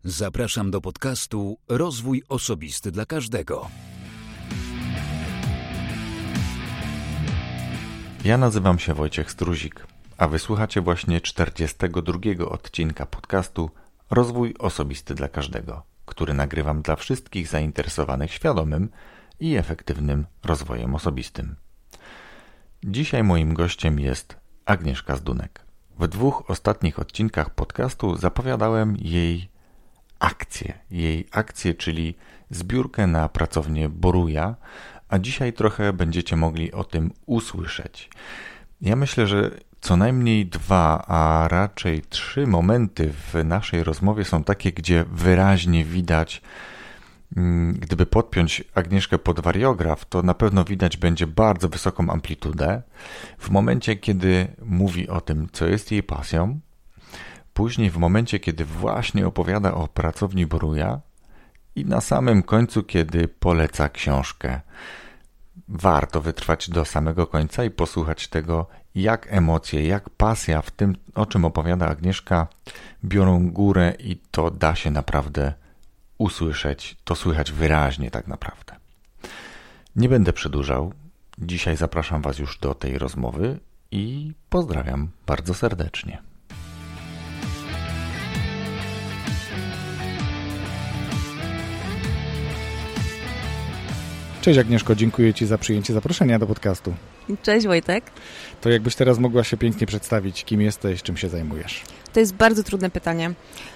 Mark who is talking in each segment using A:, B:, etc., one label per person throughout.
A: Zapraszam do podcastu Rozwój Osobisty dla Każdego.
B: Ja nazywam się Wojciech Struzik, a wysłuchacie właśnie 42. odcinka podcastu Rozwój Osobisty dla Każdego, który nagrywam dla wszystkich zainteresowanych świadomym i efektywnym rozwojem osobistym. Dzisiaj moim gościem jest Agnieszka Zdunek. W 2 ostatnich odcinkach podcastu zapowiadałem jej akcję, czyli zbiórkę na pracownię Boruja, a dzisiaj trochę będziecie mogli o tym usłyszeć. Ja myślę, że co najmniej 2, a raczej 3 momenty w naszej rozmowie są takie, gdzie wyraźnie widać, gdyby podpiąć Agnieszkę pod wariograf, to na pewno widać będzie bardzo wysoką amplitudę. W momencie, kiedy mówi o tym, co jest jej pasją, później w momencie, kiedy właśnie opowiada o pracowni Boruja i na samym końcu, kiedy poleca książkę. Warto wytrwać do samego końca i posłuchać tego, jak emocje, jak pasja w tym, o czym opowiada Agnieszka, biorą górę i to da się naprawdę usłyszeć, to słychać wyraźnie tak naprawdę. Nie będę przedłużał. Dzisiaj zapraszam Was już do tej rozmowy i pozdrawiam bardzo serdecznie. Cześć Agnieszko, dziękuję Ci za przyjęcie zaproszenia do podcastu.
C: Cześć Wojtek.
B: To jakbyś teraz mogła się pięknie przedstawić, kim jesteś, czym się zajmujesz?
C: To jest bardzo trudne pytanie.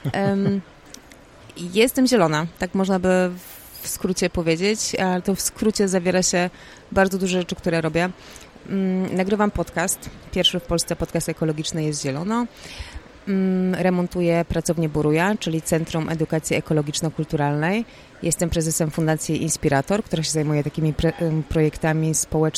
C: Jestem zielona, tak można by w skrócie powiedzieć, ale to w skrócie zawiera się bardzo dużo rzeczy, które robię. Nagrywam podcast, pierwszy w Polsce podcast ekologiczny jest Zielono. Remontuję pracownię Boruja, czyli Centrum Edukacji Ekologiczno-Kulturalnej. Jestem prezesem Fundacji Inspirator, która się zajmuje takimi projektami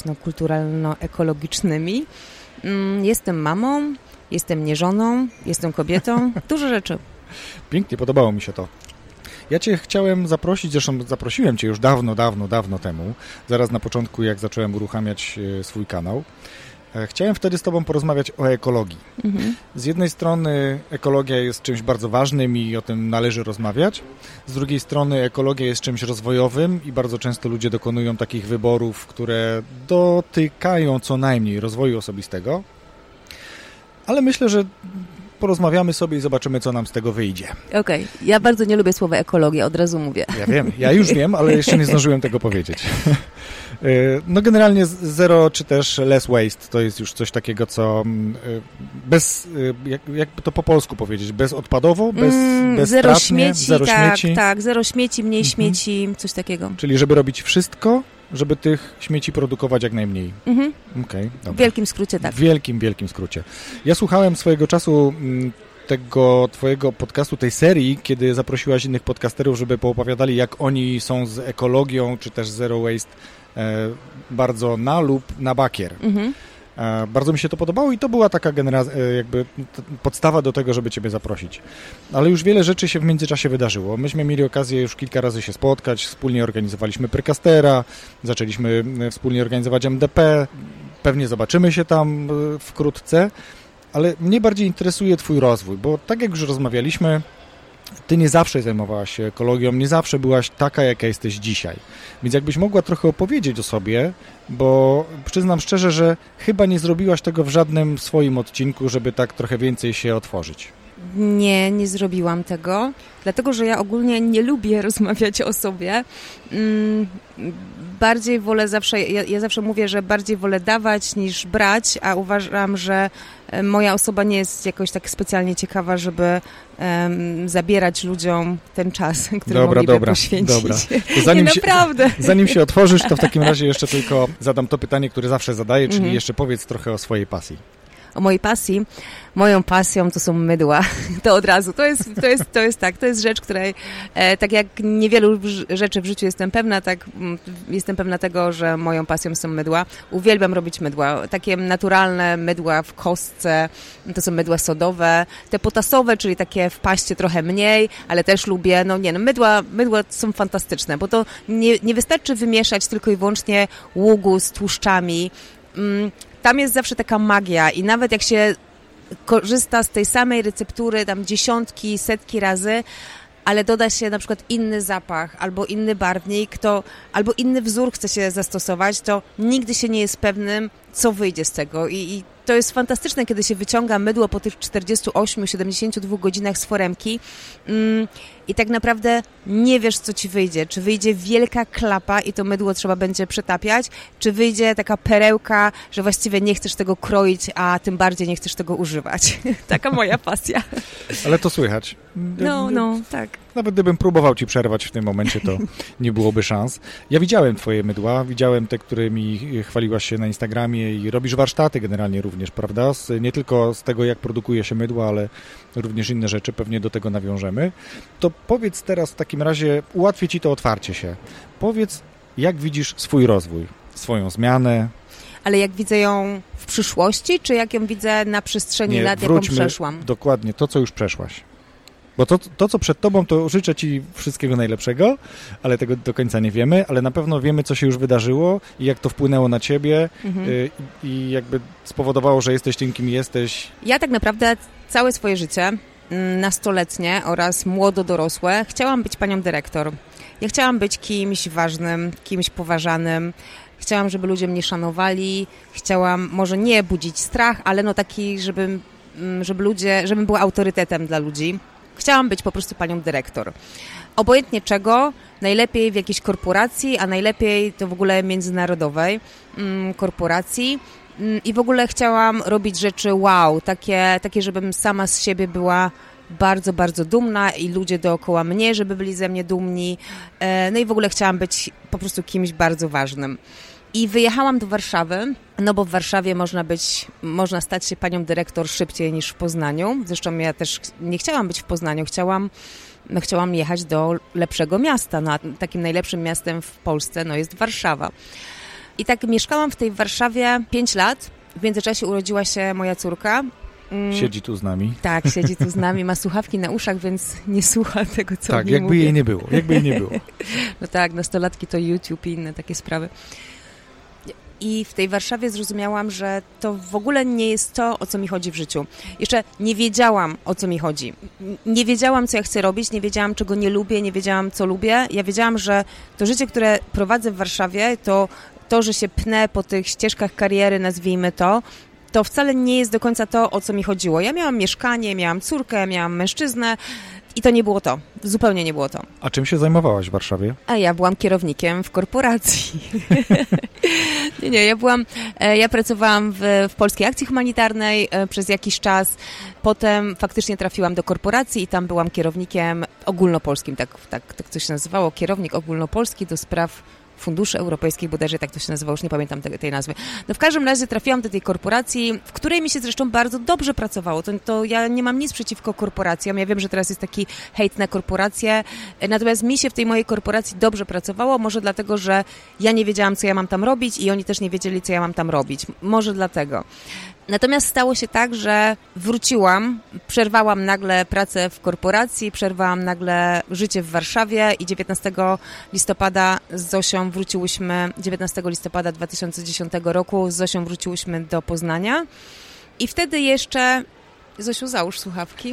C: społeczno-kulturalno-ekologicznymi. Jestem mamą, jestem nieżoną, jestem kobietą. Dużo rzeczy.
B: Pięknie, podobało mi się to. Ja Cię chciałem zaprosić, zresztą zaprosiłem Cię już dawno temu, zaraz na początku, jak zacząłem uruchamiać swój kanał. Chciałem wtedy z Tobą porozmawiać o ekologii. Z jednej strony ekologia jest czymś bardzo ważnym i o tym należy rozmawiać. Z drugiej strony ekologia jest czymś rozwojowym i bardzo często ludzie dokonują takich wyborów, które dotykają co najmniej rozwoju osobistego. Ale myślę, że porozmawiamy sobie i zobaczymy, co nam z tego wyjdzie.
C: Okej. Ja bardzo nie lubię słowa ekologia, od razu mówię.
B: Ja wiem, ja już wiem, ale jeszcze nie zdążyłem tego powiedzieć. No generalnie zero czy też less waste to jest już coś takiego, co bez, jakby to po polsku powiedzieć, bezodpadowo,
C: zero
B: bezstratnie,
C: śmieci,
B: zero
C: tak,
B: śmieci.
C: Tak, zero śmieci, mniej śmieci, coś takiego.
B: Czyli żeby robić wszystko, żeby tych śmieci produkować jak najmniej. Okej,
C: w wielkim skrócie tak.
B: W wielkim skrócie. Ja słuchałem swojego czasu tego Twojego podcastu, tej serii, kiedy zaprosiłaś innych podcasterów, żeby poopowiadali, jak oni są z ekologią, czy też zero waste bardzo na lub na bakier. Bardzo mi się to podobało i to była taka jakby podstawa do tego, żeby Ciebie zaprosić. Ale już wiele rzeczy się w międzyczasie wydarzyło. Myśmy mieli okazję już kilka razy się spotkać, wspólnie organizowaliśmy Precastera, zaczęliśmy wspólnie organizować MDP, pewnie zobaczymy się tam wkrótce, ale mnie bardziej interesuje Twój rozwój, bo tak jak już rozmawialiśmy, Ty nie zawsze zajmowałaś się ekologią, nie zawsze byłaś taka, jaka jesteś dzisiaj. Więc jakbyś mogła trochę opowiedzieć o sobie, bo przyznam szczerze, że chyba nie zrobiłaś tego w żadnym swoim odcinku, żeby tak trochę więcej się otworzyć.
C: Nie zrobiłam tego, dlatego że ja ogólnie nie lubię rozmawiać o sobie. Bardziej wolę zawsze, ja zawsze mówię, że bardziej wolę dawać niż brać, a uważam, że moja osoba nie jest jakoś tak specjalnie ciekawa, żeby zabierać ludziom ten czas, który mogliby poświęcić. Dobra. Naprawdę.
B: Zanim się otworzysz, to w takim razie jeszcze tylko zadam to pytanie, które zawsze zadaję, czyli jeszcze powiedz trochę o swojej pasji.
C: O mojej pasji. Moją pasją to są mydła. To od razu. To jest rzecz, której tak jak niewielu rzeczy w życiu jestem pewna, tak jestem pewna tego, że moją pasją są mydła. Uwielbiam robić mydła. Takie naturalne mydła w kostce. To są mydła sodowe. Te potasowe, czyli takie w paście trochę mniej, ale też lubię. Mydła są fantastyczne, bo to nie wystarczy wymieszać tylko i wyłącznie ługu z tłuszczami. Tam jest zawsze taka magia i nawet jak się korzysta z tej samej receptury tam dziesiątki, setki razy, ale doda się na przykład inny zapach albo inny barwnik, albo inny wzór chce się zastosować, to nigdy się nie jest pewnym, co wyjdzie z tego. I to jest fantastyczne, kiedy się wyciąga mydło po tych 48-72 godzinach z foremki i tak naprawdę nie wiesz, co ci wyjdzie. Czy wyjdzie wielka klapa i to mydło trzeba będzie przetapiać, czy wyjdzie taka perełka, że właściwie nie chcesz tego kroić, a tym bardziej nie chcesz tego używać. Taka moja pasja.
D: Ale to słychać.
C: No, tak.
D: Nawet gdybym próbował ci przerwać w tym momencie, to nie byłoby szans. Ja widziałem twoje mydła, widziałem te, którymi chwaliłaś się na Instagramie i robisz warsztaty generalnie również, prawda? Nie tylko z tego, jak produkuje się mydło, ale również inne rzeczy, pewnie do tego nawiążemy. To powiedz teraz w takim razie, ułatwię ci to otwarcie się. Powiedz, jak widzisz swój rozwój, swoją zmianę.
C: Ale jak widzę ją w przyszłości, czy jak ją widzę na przestrzeni lat, jaką przeszłam?
D: Dokładnie, to, co już przeszłaś. Bo to, co przed tobą, to życzę ci wszystkiego najlepszego, ale tego do końca nie wiemy, ale na pewno wiemy, co się już wydarzyło i jak to wpłynęło na ciebie i jakby spowodowało, że jesteś tym, kim jesteś.
C: Ja tak naprawdę całe swoje życie, nastoletnie oraz młodo-dorosłe, chciałam być panią dyrektor. Ja chciałam być kimś ważnym, kimś poważanym. Chciałam, żeby ludzie mnie szanowali. Chciałam może nie budzić strach, ale no taki, żebym była autorytetem dla ludzi. Chciałam być po prostu panią dyrektor. Obojętnie czego, najlepiej w jakiejś korporacji, a najlepiej to w ogóle międzynarodowej korporacji. I w ogóle chciałam robić rzeczy wow, takie, żebym sama z siebie była bardzo, bardzo dumna i ludzie dookoła mnie, żeby byli ze mnie dumni. No i w ogóle chciałam być po prostu kimś bardzo ważnym. I wyjechałam do Warszawy, no bo w Warszawie można stać się panią dyrektor szybciej niż w Poznaniu. Zresztą ja też nie chciałam być w Poznaniu, chciałam jechać do lepszego miasta. No, a takim najlepszym miastem w Polsce jest Warszawa. I tak mieszkałam w tej Warszawie 5 lat. W międzyczasie urodziła się moja córka.
D: Siedzi tu z nami.
C: Tak, siedzi tu z nami, ma słuchawki na uszach, więc nie słucha tego, co mi mówi.
D: Tak, jakby jej nie było.
C: No tak, nastolatki to YouTube i inne takie sprawy. I w tej Warszawie zrozumiałam, że to w ogóle nie jest to, o co mi chodzi w życiu. Jeszcze nie wiedziałam, o co mi chodzi. Nie wiedziałam, co ja chcę robić, nie wiedziałam, czego nie lubię, nie wiedziałam, co lubię. Ja wiedziałam, że to życie, które prowadzę w Warszawie, to, że się pnę po tych ścieżkach kariery, nazwijmy to wcale nie jest do końca to, o co mi chodziło. Ja miałam mieszkanie, miałam córkę, miałam mężczyznę i to nie było to. Zupełnie nie było to.
D: A czym się zajmowałaś w Warszawie?
C: A ja byłam kierownikiem w korporacji. Ja pracowałam w Polskiej Akcji Humanitarnej przez jakiś czas. Potem faktycznie trafiłam do korporacji i tam byłam kierownikiem ogólnopolskim, tak to się nazywało, kierownik ogólnopolski do spraw Funduszy Europejskich, bodajże tak to się nazywało, już nie pamiętam tej nazwy. No w każdym razie trafiłam do tej korporacji, w której mi się zresztą bardzo dobrze pracowało. To ja nie mam nic przeciwko korporacjom. Ja wiem, że teraz jest taki hejt na korporacje, natomiast mi się w tej mojej korporacji dobrze pracowało, może dlatego, że ja nie wiedziałam, co ja mam tam robić i oni też nie wiedzieli, co ja mam tam robić. Może dlatego. Natomiast stało się tak, że wróciłam, przerwałam nagle pracę w korporacji, przerwałam nagle życie w Warszawie i 19 listopada z Zosią wróciłyśmy, 19 listopada 2010 roku z Zosią wróciłyśmy do Poznania i wtedy jeszcze... Zosiu, załóż słuchawki.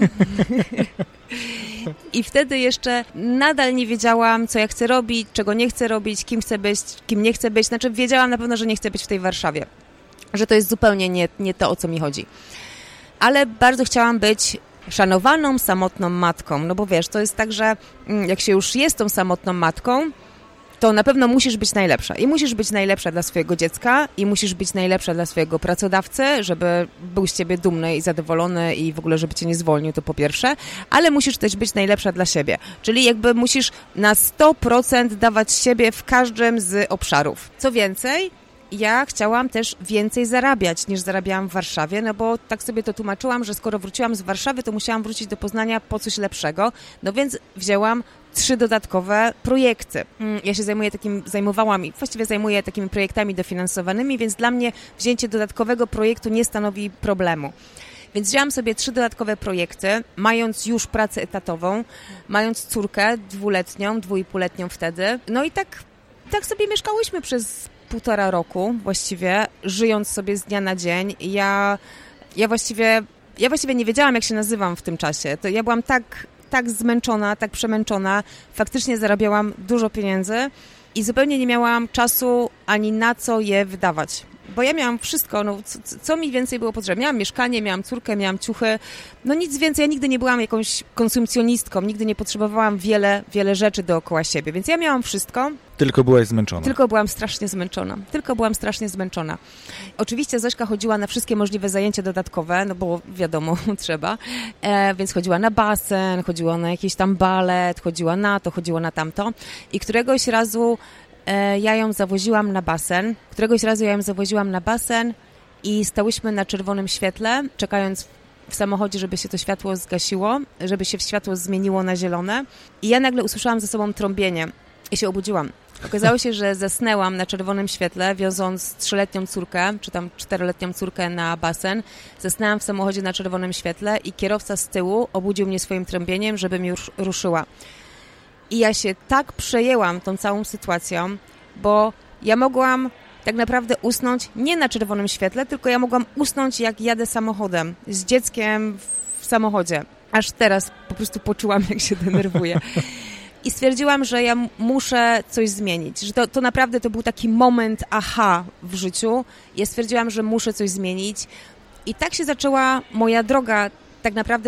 C: I wtedy jeszcze nadal nie wiedziałam, co ja chcę robić, czego nie chcę robić, kim chcę być, kim nie chcę być. Znaczy wiedziałam na pewno, że nie chcę być w tej Warszawie. Że to jest zupełnie nie to, o co mi chodzi. Ale bardzo chciałam być szanowaną, samotną matką. No bo wiesz, to jest tak, że jak się już jest tą samotną matką, to na pewno musisz być najlepsza. I musisz być najlepsza dla swojego dziecka i musisz być najlepsza dla swojego pracodawcy, żeby był z ciebie dumny i zadowolony i w ogóle, żeby cię nie zwolnił, to po pierwsze. Ale musisz też być najlepsza dla siebie. Czyli jakby musisz na 100% dawać siebie w każdym z obszarów. Co więcej... Ja chciałam też więcej zarabiać niż zarabiałam w Warszawie, no bo tak sobie to tłumaczyłam, że skoro wróciłam z Warszawy, to musiałam wrócić do Poznania po coś lepszego, no więc wzięłam 3 dodatkowe projekty. Ja się zajmowałam i właściwie zajmuję takimi projektami dofinansowanymi, więc dla mnie wzięcie dodatkowego projektu nie stanowi problemu. Więc wzięłam sobie 3 dodatkowe projekty, mając już pracę etatową, mając córkę 2-letnią, 2,5-letnią wtedy, no i tak sobie mieszkałyśmy przez 1,5 roku właściwie, żyjąc sobie z dnia na dzień. Ja właściwie nie wiedziałam, jak się nazywam w tym czasie. To ja byłam tak tak zmęczona, tak przemęczona. Faktycznie zarabiałam dużo pieniędzy i zupełnie nie miałam czasu ani na co je wydawać. Bo ja miałam wszystko, no, co mi więcej było potrzebne. Miałam mieszkanie, miałam córkę, miałam ciuchy, no nic więcej. Ja nigdy nie byłam jakąś konsumpcjonistką, nigdy nie potrzebowałam wiele rzeczy dookoła siebie, więc ja miałam wszystko.
D: Tylko byłaś zmęczona.
C: Tylko byłam strasznie zmęczona. Oczywiście Zośka chodziła na wszystkie możliwe zajęcia dodatkowe, no bo wiadomo, trzeba, więc chodziła na basen, chodziła na jakiś tam balet, chodziła na to, chodziła na tamto i któregoś razu ja ją zawoziłam na basen i stałyśmy na czerwonym świetle, czekając w samochodzie, żeby się to światło zgasiło, żeby się światło zmieniło na zielone i ja nagle usłyszałam za sobą trąbienie i się obudziłam. Okazało się, że zasnęłam na czerwonym świetle, wioząc 3-letnią córkę, czy tam 4-letnią córkę na basen. Zasnęłam w samochodzie na czerwonym świetle i kierowca z tyłu obudził mnie swoim trąbieniem, żebym już ruszyła. I ja się tak przejęłam tą całą sytuacją, bo ja mogłam tak naprawdę usnąć nie na czerwonym świetle, tylko ja mogłam usnąć, jak jadę samochodem z dzieckiem w samochodzie. Aż teraz po prostu poczułam, jak się denerwuję. I stwierdziłam, że ja muszę coś zmienić, że to naprawdę to był taki moment aha w życiu. Ja stwierdziłam, że muszę coś zmienić i tak się zaczęła moja droga tak naprawdę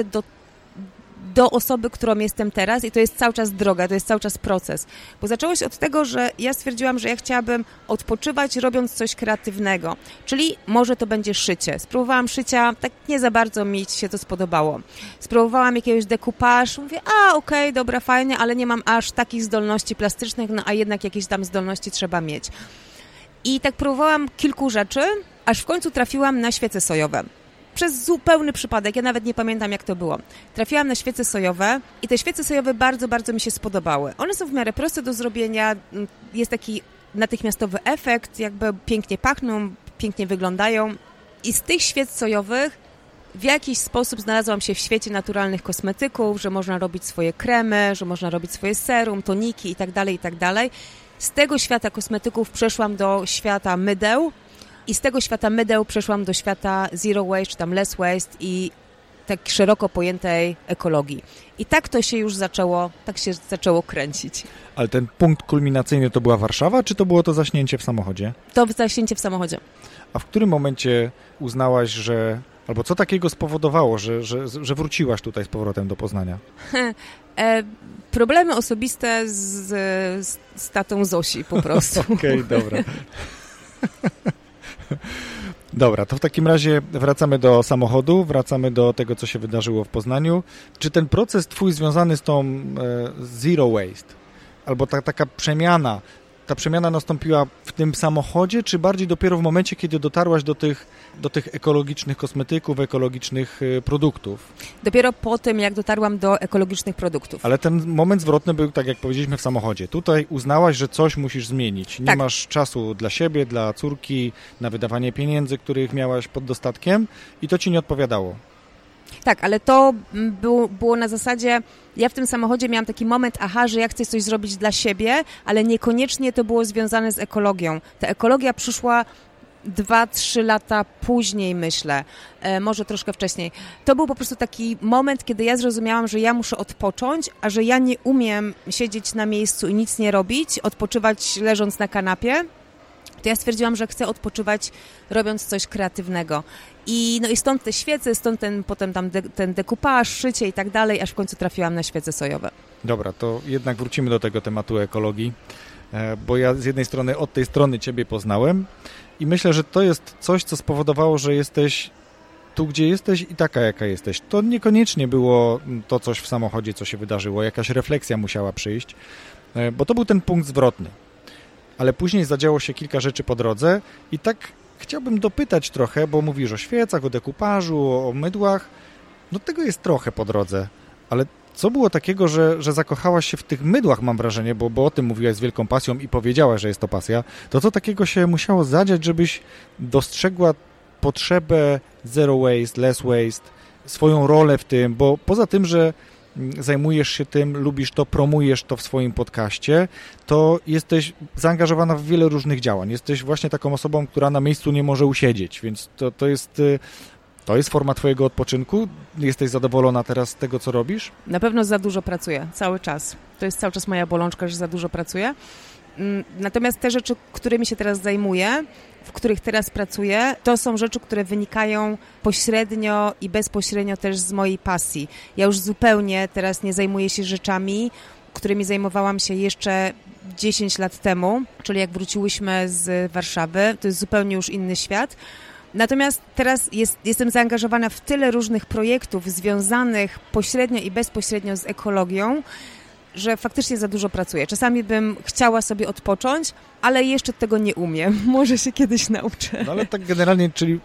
C: do osoby, którą jestem teraz i to jest cały czas droga, to jest cały czas proces. Bo zaczęło się od tego, że ja stwierdziłam, że ja chciałabym odpoczywać robiąc coś kreatywnego, czyli może to będzie szycie. Spróbowałam szycia, tak nie za bardzo mi się to spodobało. Spróbowałam jakiegoś decoupage, mówię, okej, dobra, fajnie, ale nie mam aż takich zdolności plastycznych, no a jednak jakieś tam zdolności trzeba mieć. I tak próbowałam kilku rzeczy, aż w końcu trafiłam na świece sojowe. Przez zupełny przypadek, ja nawet nie pamiętam, jak to było. Trafiłam na świece sojowe i te świece sojowe bardzo, bardzo mi się spodobały. One są w miarę proste do zrobienia, jest taki natychmiastowy efekt, jakby pięknie pachną, pięknie wyglądają. I z tych świec sojowych w jakiś sposób znalazłam się w świecie naturalnych kosmetyków, że można robić swoje kremy, że można robić swoje serum, toniki itd., itd. Z tego świata kosmetyków przeszłam do świata mydeł. I z tego świata mydeł przeszłam do świata zero waste, czy tam less waste i tak szeroko pojętej ekologii. I tak to się już zaczęło kręcić.
D: Ale ten punkt kulminacyjny to była Warszawa, czy to było to zaśnięcie w samochodzie?
C: To zaśnięcie w samochodzie.
D: A w którym momencie uznałaś, albo co takiego spowodowało, że wróciłaś tutaj z powrotem do Poznania?
C: Problemy osobiste z tatą Zosi po prostu.
D: Okej, dobra. Dobra, to w takim razie wracamy do samochodu, wracamy do tego, co się wydarzyło w Poznaniu. Czy ten proces twój związany z tą zero waste, albo taka przemiana, ta przemiana nastąpiła w tym samochodzie, czy bardziej dopiero w momencie, kiedy dotarłaś do tych ekologicznych kosmetyków, ekologicznych produktów?
C: Dopiero po tym, jak dotarłam do ekologicznych produktów.
D: Ale ten moment zwrotny był, tak jak powiedzieliśmy, w samochodzie. Tutaj uznałaś, że coś musisz zmienić. Nie masz czasu dla siebie, dla córki, na wydawanie pieniędzy, których miałaś pod dostatkiem i to ci nie odpowiadało. Tak,
C: ale to było na zasadzie, ja w tym samochodzie miałam taki moment, że ja chcę coś zrobić dla siebie, ale niekoniecznie to było związane z ekologią. Ta ekologia przyszła 2-3 lata później, myślę, może troszkę wcześniej. To był po prostu taki moment, kiedy ja zrozumiałam, że ja muszę odpocząć, a że ja nie umiem siedzieć na miejscu i nic nie robić, odpoczywać leżąc na kanapie, to ja stwierdziłam, że chcę odpoczywać robiąc coś kreatywnego. I stąd te świece, stąd potem ten dekupaż, szycie i tak dalej, aż w końcu trafiłam na świece sojowe.
D: Dobra, to jednak wrócimy do tego tematu ekologii, bo ja z jednej strony od tej strony Ciebie poznałem i myślę, że to jest coś, co spowodowało, że jesteś tu, gdzie jesteś i taka, jaka jesteś. To niekoniecznie było to coś w samochodzie, co się wydarzyło, jakaś refleksja musiała przyjść, bo to był ten punkt zwrotny. Ale później zadziało się kilka rzeczy po drodze i tak chciałbym dopytać trochę, bo mówisz o świecach, o dekupażu, o mydłach. No tego jest trochę po drodze, ale co było takiego, że zakochałaś się w tych mydłach, mam wrażenie, bo o tym mówiłaś z wielką pasją i powiedziałaś, że jest to pasja. To co takiego się musiało zadziać, żebyś dostrzegła potrzebę zero waste, less waste, swoją rolę w tym, bo poza tym, że zajmujesz się tym, lubisz to, promujesz to w swoim podcaście, to jesteś zaangażowana w wiele różnych działań. Jesteś właśnie taką osobą, która na miejscu nie może usiedzieć, więc to jest To jest forma twojego odpoczynku? Jesteś zadowolona teraz z tego, co robisz?
C: Na pewno za dużo pracuję, cały czas. To jest cały czas moja bolączka, że za dużo pracuję. Natomiast te rzeczy, którymi się teraz zajmuję, w których teraz pracuję, to są rzeczy, które wynikają pośrednio i bezpośrednio też z mojej pasji. Ja już zupełnie teraz nie zajmuję się rzeczami, którymi zajmowałam się jeszcze 10 lat temu, czyli jak wróciłyśmy z Warszawy, to jest zupełnie już inny świat. Natomiast teraz jestem zaangażowana w tyle różnych projektów związanych pośrednio i bezpośrednio z ekologią, że faktycznie za dużo pracuję. Czasami bym chciała sobie odpocząć, ale jeszcze tego nie umiem. Może się kiedyś nauczę.
D: No ale tak generalnie, czyli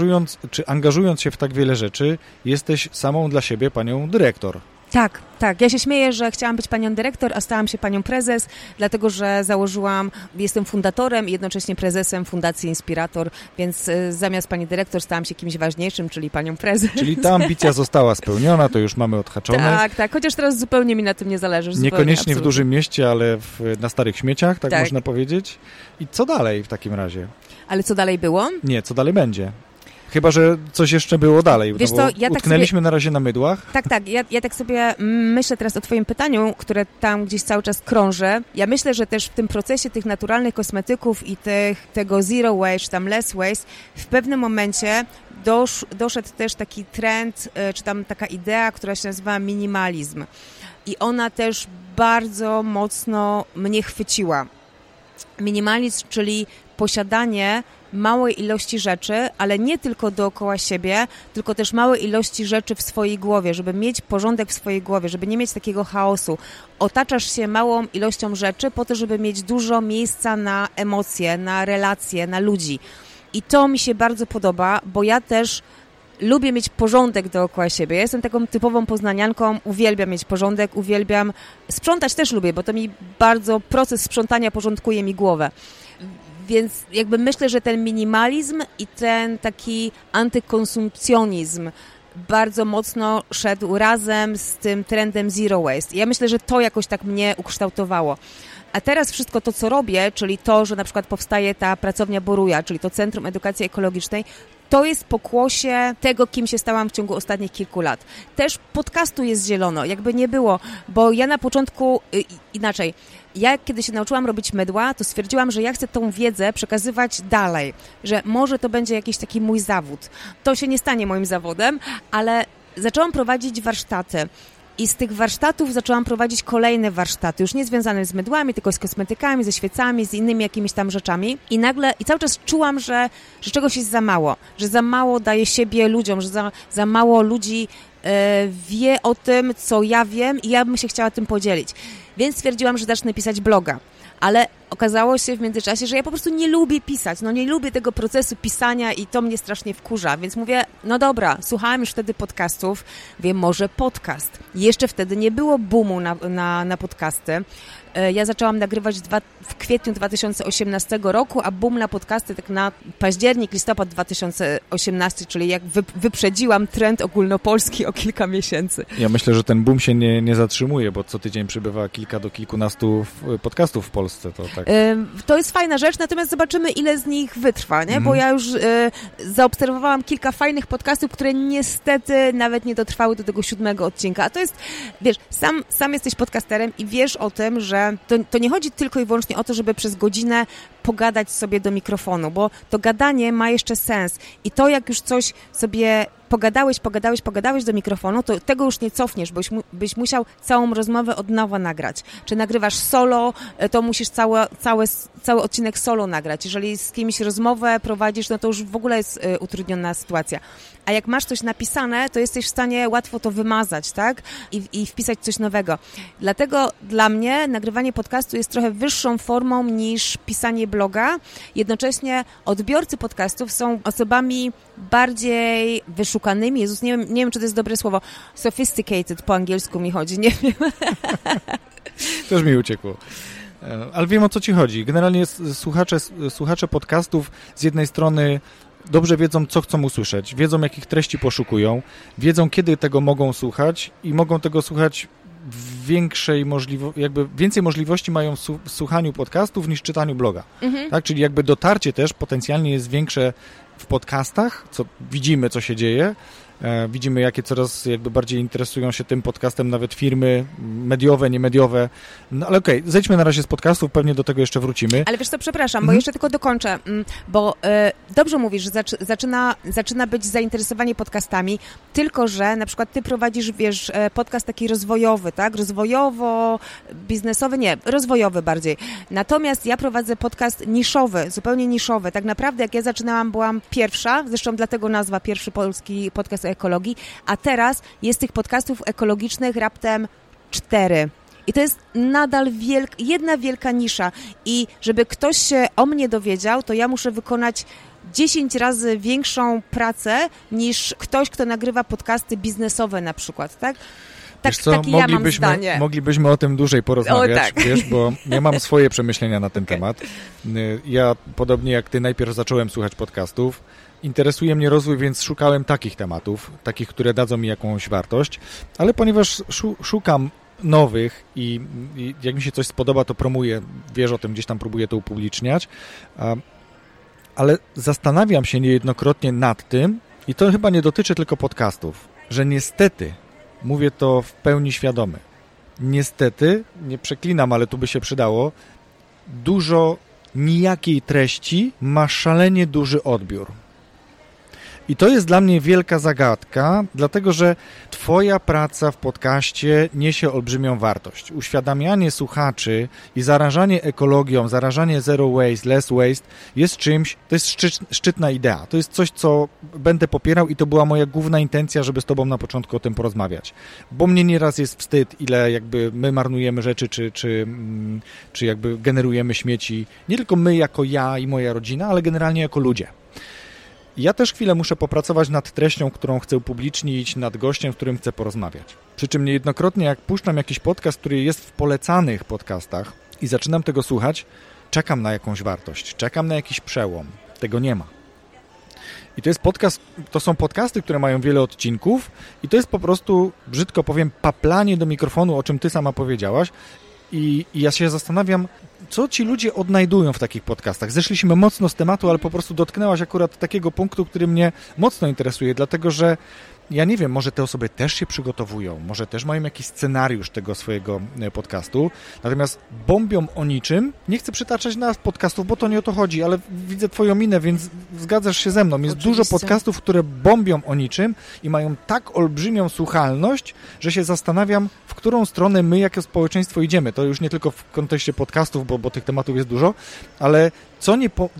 D: angażując się w tak wiele rzeczy, jesteś samą dla siebie panią dyrektor.
C: Tak. Ja się śmieję, że chciałam być panią dyrektor, a stałam się panią prezes, dlatego że jestem fundatorem i jednocześnie prezesem Fundacji Inspirator, więc zamiast pani dyrektor stałam się kimś ważniejszym, czyli panią prezes.
D: Czyli ta ambicja została spełniona, to już mamy odhaczone.
C: Tak, chociaż teraz zupełnie mi na tym nie zależy.
D: Niekoniecznie w dużym mieście, ale na starych śmieciach, tak można powiedzieć. I co dalej w takim razie?
C: Ale co dalej było?
D: Nie, co dalej będzie? Chyba że coś jeszcze było dalej,
C: Wiesz co, ja
D: utknęliśmy na razie na mydłach.
C: Tak, ja tak sobie myślę teraz o twoim pytaniu, które tam gdzieś cały czas krąży. Ja myślę, że też w tym procesie tych naturalnych kosmetyków i tego zero waste, czy tam less waste, w pewnym momencie doszedł też taki trend, czy tam taka idea, która się nazywa minimalizm. I ona też bardzo mocno mnie chwyciła. Minimalizm, czyli posiadanie małej ilości rzeczy, ale nie tylko dookoła siebie, tylko też małej ilości rzeczy w swojej głowie, żeby mieć porządek w swojej głowie, żeby nie mieć takiego chaosu. Otaczasz się małą ilością rzeczy po to, żeby mieć dużo miejsca na emocje, na relacje, na ludzi. I to mi się bardzo podoba, bo ja też lubię mieć porządek dookoła siebie. Ja jestem taką typową poznanianką, uwielbiam mieć porządek, uwielbiam sprzątać też lubię, bo to mi bardzo proces sprzątania porządkuje mi głowę. Więc jakby myślę, że ten minimalizm i ten taki antykonsumpcjonizm bardzo mocno szedł razem z tym trendem zero waste. Ja myślę, że to jakoś tak mnie ukształtowało. A teraz wszystko to, co robię, czyli to, że na przykład powstaje ta pracownia Boruja, czyli to Centrum Edukacji Ekologicznej, to jest pokłosie tego, kim się stałam w ciągu ostatnich kilku lat. Też podcastu jest zielono, jakby nie było, bo ja na początku, inaczej, ja kiedy się nauczyłam robić mydła, to stwierdziłam, że ja chcę tą wiedzę przekazywać dalej, że może to będzie jakiś taki mój zawód. To się nie stanie moim zawodem, ale zaczęłam prowadzić warsztaty. I z tych warsztatów zaczęłam prowadzić kolejne warsztaty, już nie związane z mydłami, tylko z kosmetykami, ze świecami, z innymi jakimiś tam rzeczami. I nagle, i cały czas czułam, że czegoś jest za mało, że za mało daje siebie ludziom, że za mało ludzi wie o tym, co ja wiem i ja bym się chciała tym podzielić. Więc stwierdziłam, że zacznę pisać bloga. Ale okazało się w międzyczasie, że ja po prostu nie lubię pisać, nie lubię tego procesu pisania i to mnie strasznie wkurza, więc mówię, no dobra, słuchałam już wtedy podcastów, wiem, może podcast. Jeszcze wtedy nie było boomu na podcasty. Ja zaczęłam nagrywać w kwietniu 2018 roku, a boom na podcasty tak na październik, listopad 2018, czyli jak wyprzedziłam trend ogólnopolski o kilka miesięcy.
D: Ja myślę, że ten boom się nie zatrzymuje, bo co tydzień przybywa kilka do kilkunastu podcastów w Polsce.
C: To jest fajna rzecz, natomiast zobaczymy, ile z nich wytrwa, nie? Bo ja już zaobserwowałam kilka fajnych podcastów, które niestety nawet nie dotrwały do tego 7. odcinka. A to jest, wiesz, sam jesteś podcasterem i wiesz o tym, że to nie chodzi tylko i wyłącznie o to, żeby przez godzinę pogadać sobie do mikrofonu, bo to gadanie ma jeszcze sens. I to, jak już coś sobie pogadałeś do mikrofonu, to tego już nie cofniesz, bo byś musiał całą rozmowę od nowa nagrać. Czy nagrywasz solo, to musisz cały odcinek solo nagrać. Jeżeli z kimś rozmowę prowadzisz, no to już w ogóle jest utrudniona sytuacja. A jak masz coś napisane, to jesteś w stanie łatwo to wymazać, tak? I wpisać coś nowego. Dlatego dla mnie nagrywanie podcastu jest trochę wyższą formą niż pisanie bloga. Jednocześnie odbiorcy podcastów są osobami bardziej wyszukanymi. Jezus, nie wiem, czy to jest dobre słowo. Sophisticated po angielsku mi chodzi, nie wiem.
D: Też mi uciekło. Ale wiem, o co ci chodzi. Generalnie słuchacze podcastów z jednej strony dobrze wiedzą, co chcą usłyszeć, wiedzą, jakich treści poszukują, wiedzą, kiedy tego mogą słuchać i mogą tego słuchać więcej możliwości mają w słuchaniu podcastów niż czytaniu bloga. Tak? Czyli jakby dotarcie też potencjalnie jest większe w podcastach, co widzimy, co się dzieje. Widzimy, jakie coraz jakby bardziej interesują się tym podcastem nawet firmy mediowe, niemediowe. No ale okej, zejdźmy na razie z podcastów, pewnie do tego jeszcze wrócimy.
C: Ale wiesz co, przepraszam, bo jeszcze tylko dokończę, bo dobrze mówisz, że zaczyna być zainteresowanie podcastami, tylko że na przykład ty prowadzisz, wiesz, podcast taki rozwojowy, tak? Rozwojowo-biznesowy, nie, rozwojowy bardziej. Natomiast ja prowadzę podcast niszowy, zupełnie niszowy. Tak naprawdę jak ja zaczynałam, byłam pierwsza, zresztą dlatego nazwa pierwszy polski podcast o ekologii, a teraz jest tych podcastów ekologicznych raptem 4. I to jest nadal jedna wielka nisza. I żeby ktoś się o mnie dowiedział, to ja muszę wykonać 10 razy większą pracę niż ktoś, kto nagrywa podcasty biznesowe na przykład, tak?
D: Wiesz co,
C: takie ja mam zdanie.
D: Moglibyśmy o tym dłużej porozmawiać,
C: tak.
D: Wiesz, bo ja mam swoje przemyślenia na ten temat. Ja, podobnie jak ty, najpierw zacząłem słuchać podcastów. Interesuje mnie rozwój, więc szukałem takich tematów, takich, które dadzą mi jakąś wartość, ale ponieważ szukam nowych i jak mi się coś spodoba, to promuję, wiesz o tym, gdzieś tam próbuję to upubliczniać, ale zastanawiam się niejednokrotnie nad tym, i to chyba nie dotyczy tylko podcastów, że niestety, mówię to w pełni świadomy, niestety, nie przeklinam, ale tu by się przydało, dużo nijakiej treści ma szalenie duży odbiór. I to jest dla mnie wielka zagadka, dlatego że twoja praca w podcaście niesie olbrzymią wartość. Uświadamianie słuchaczy i zarażanie ekologią, zarażanie zero waste, less waste jest czymś, to jest szczytna idea. To jest coś, co będę popierał i to była moja główna intencja, żeby z tobą na początku o tym porozmawiać. Bo mnie nieraz jest wstyd, ile jakby my marnujemy rzeczy, czy jakby generujemy śmieci. Nie tylko my jako ja i moja rodzina, ale generalnie jako ludzie. Ja też chwilę muszę popracować nad treścią, którą chcę upublicznić, nad gościem, z którym chcę porozmawiać. Przy czym niejednokrotnie, jak puszczam jakiś podcast, który jest w polecanych podcastach i zaczynam tego słuchać, czekam na jakąś wartość, czekam na jakiś przełom. Tego nie ma. I to jest podcast, to są podcasty, które mają wiele odcinków i to jest po prostu, brzydko powiem, paplanie do mikrofonu, o czym ty sama powiedziałaś. I ja się zastanawiam, co ci ludzie odnajdują w takich podcastach. Zeszliśmy mocno z tematu, ale po prostu dotknęłaś akurat takiego punktu, który mnie mocno interesuje, dlatego że ja nie wiem, może te osoby też się przygotowują, może też mają jakiś scenariusz tego swojego podcastu, natomiast bombią o niczym. Nie chcę przytaczać nazw podcastów, bo to nie o to chodzi, ale widzę twoją minę, więc zgadzasz się ze mną. Jest
C: Oczywiście.
D: Dużo podcastów, które bombią o niczym i mają tak olbrzymią słuchalność, że się zastanawiam, w którą stronę my jako społeczeństwo idziemy. To już nie tylko w kontekście podcastów, bo tych tematów jest dużo, ale co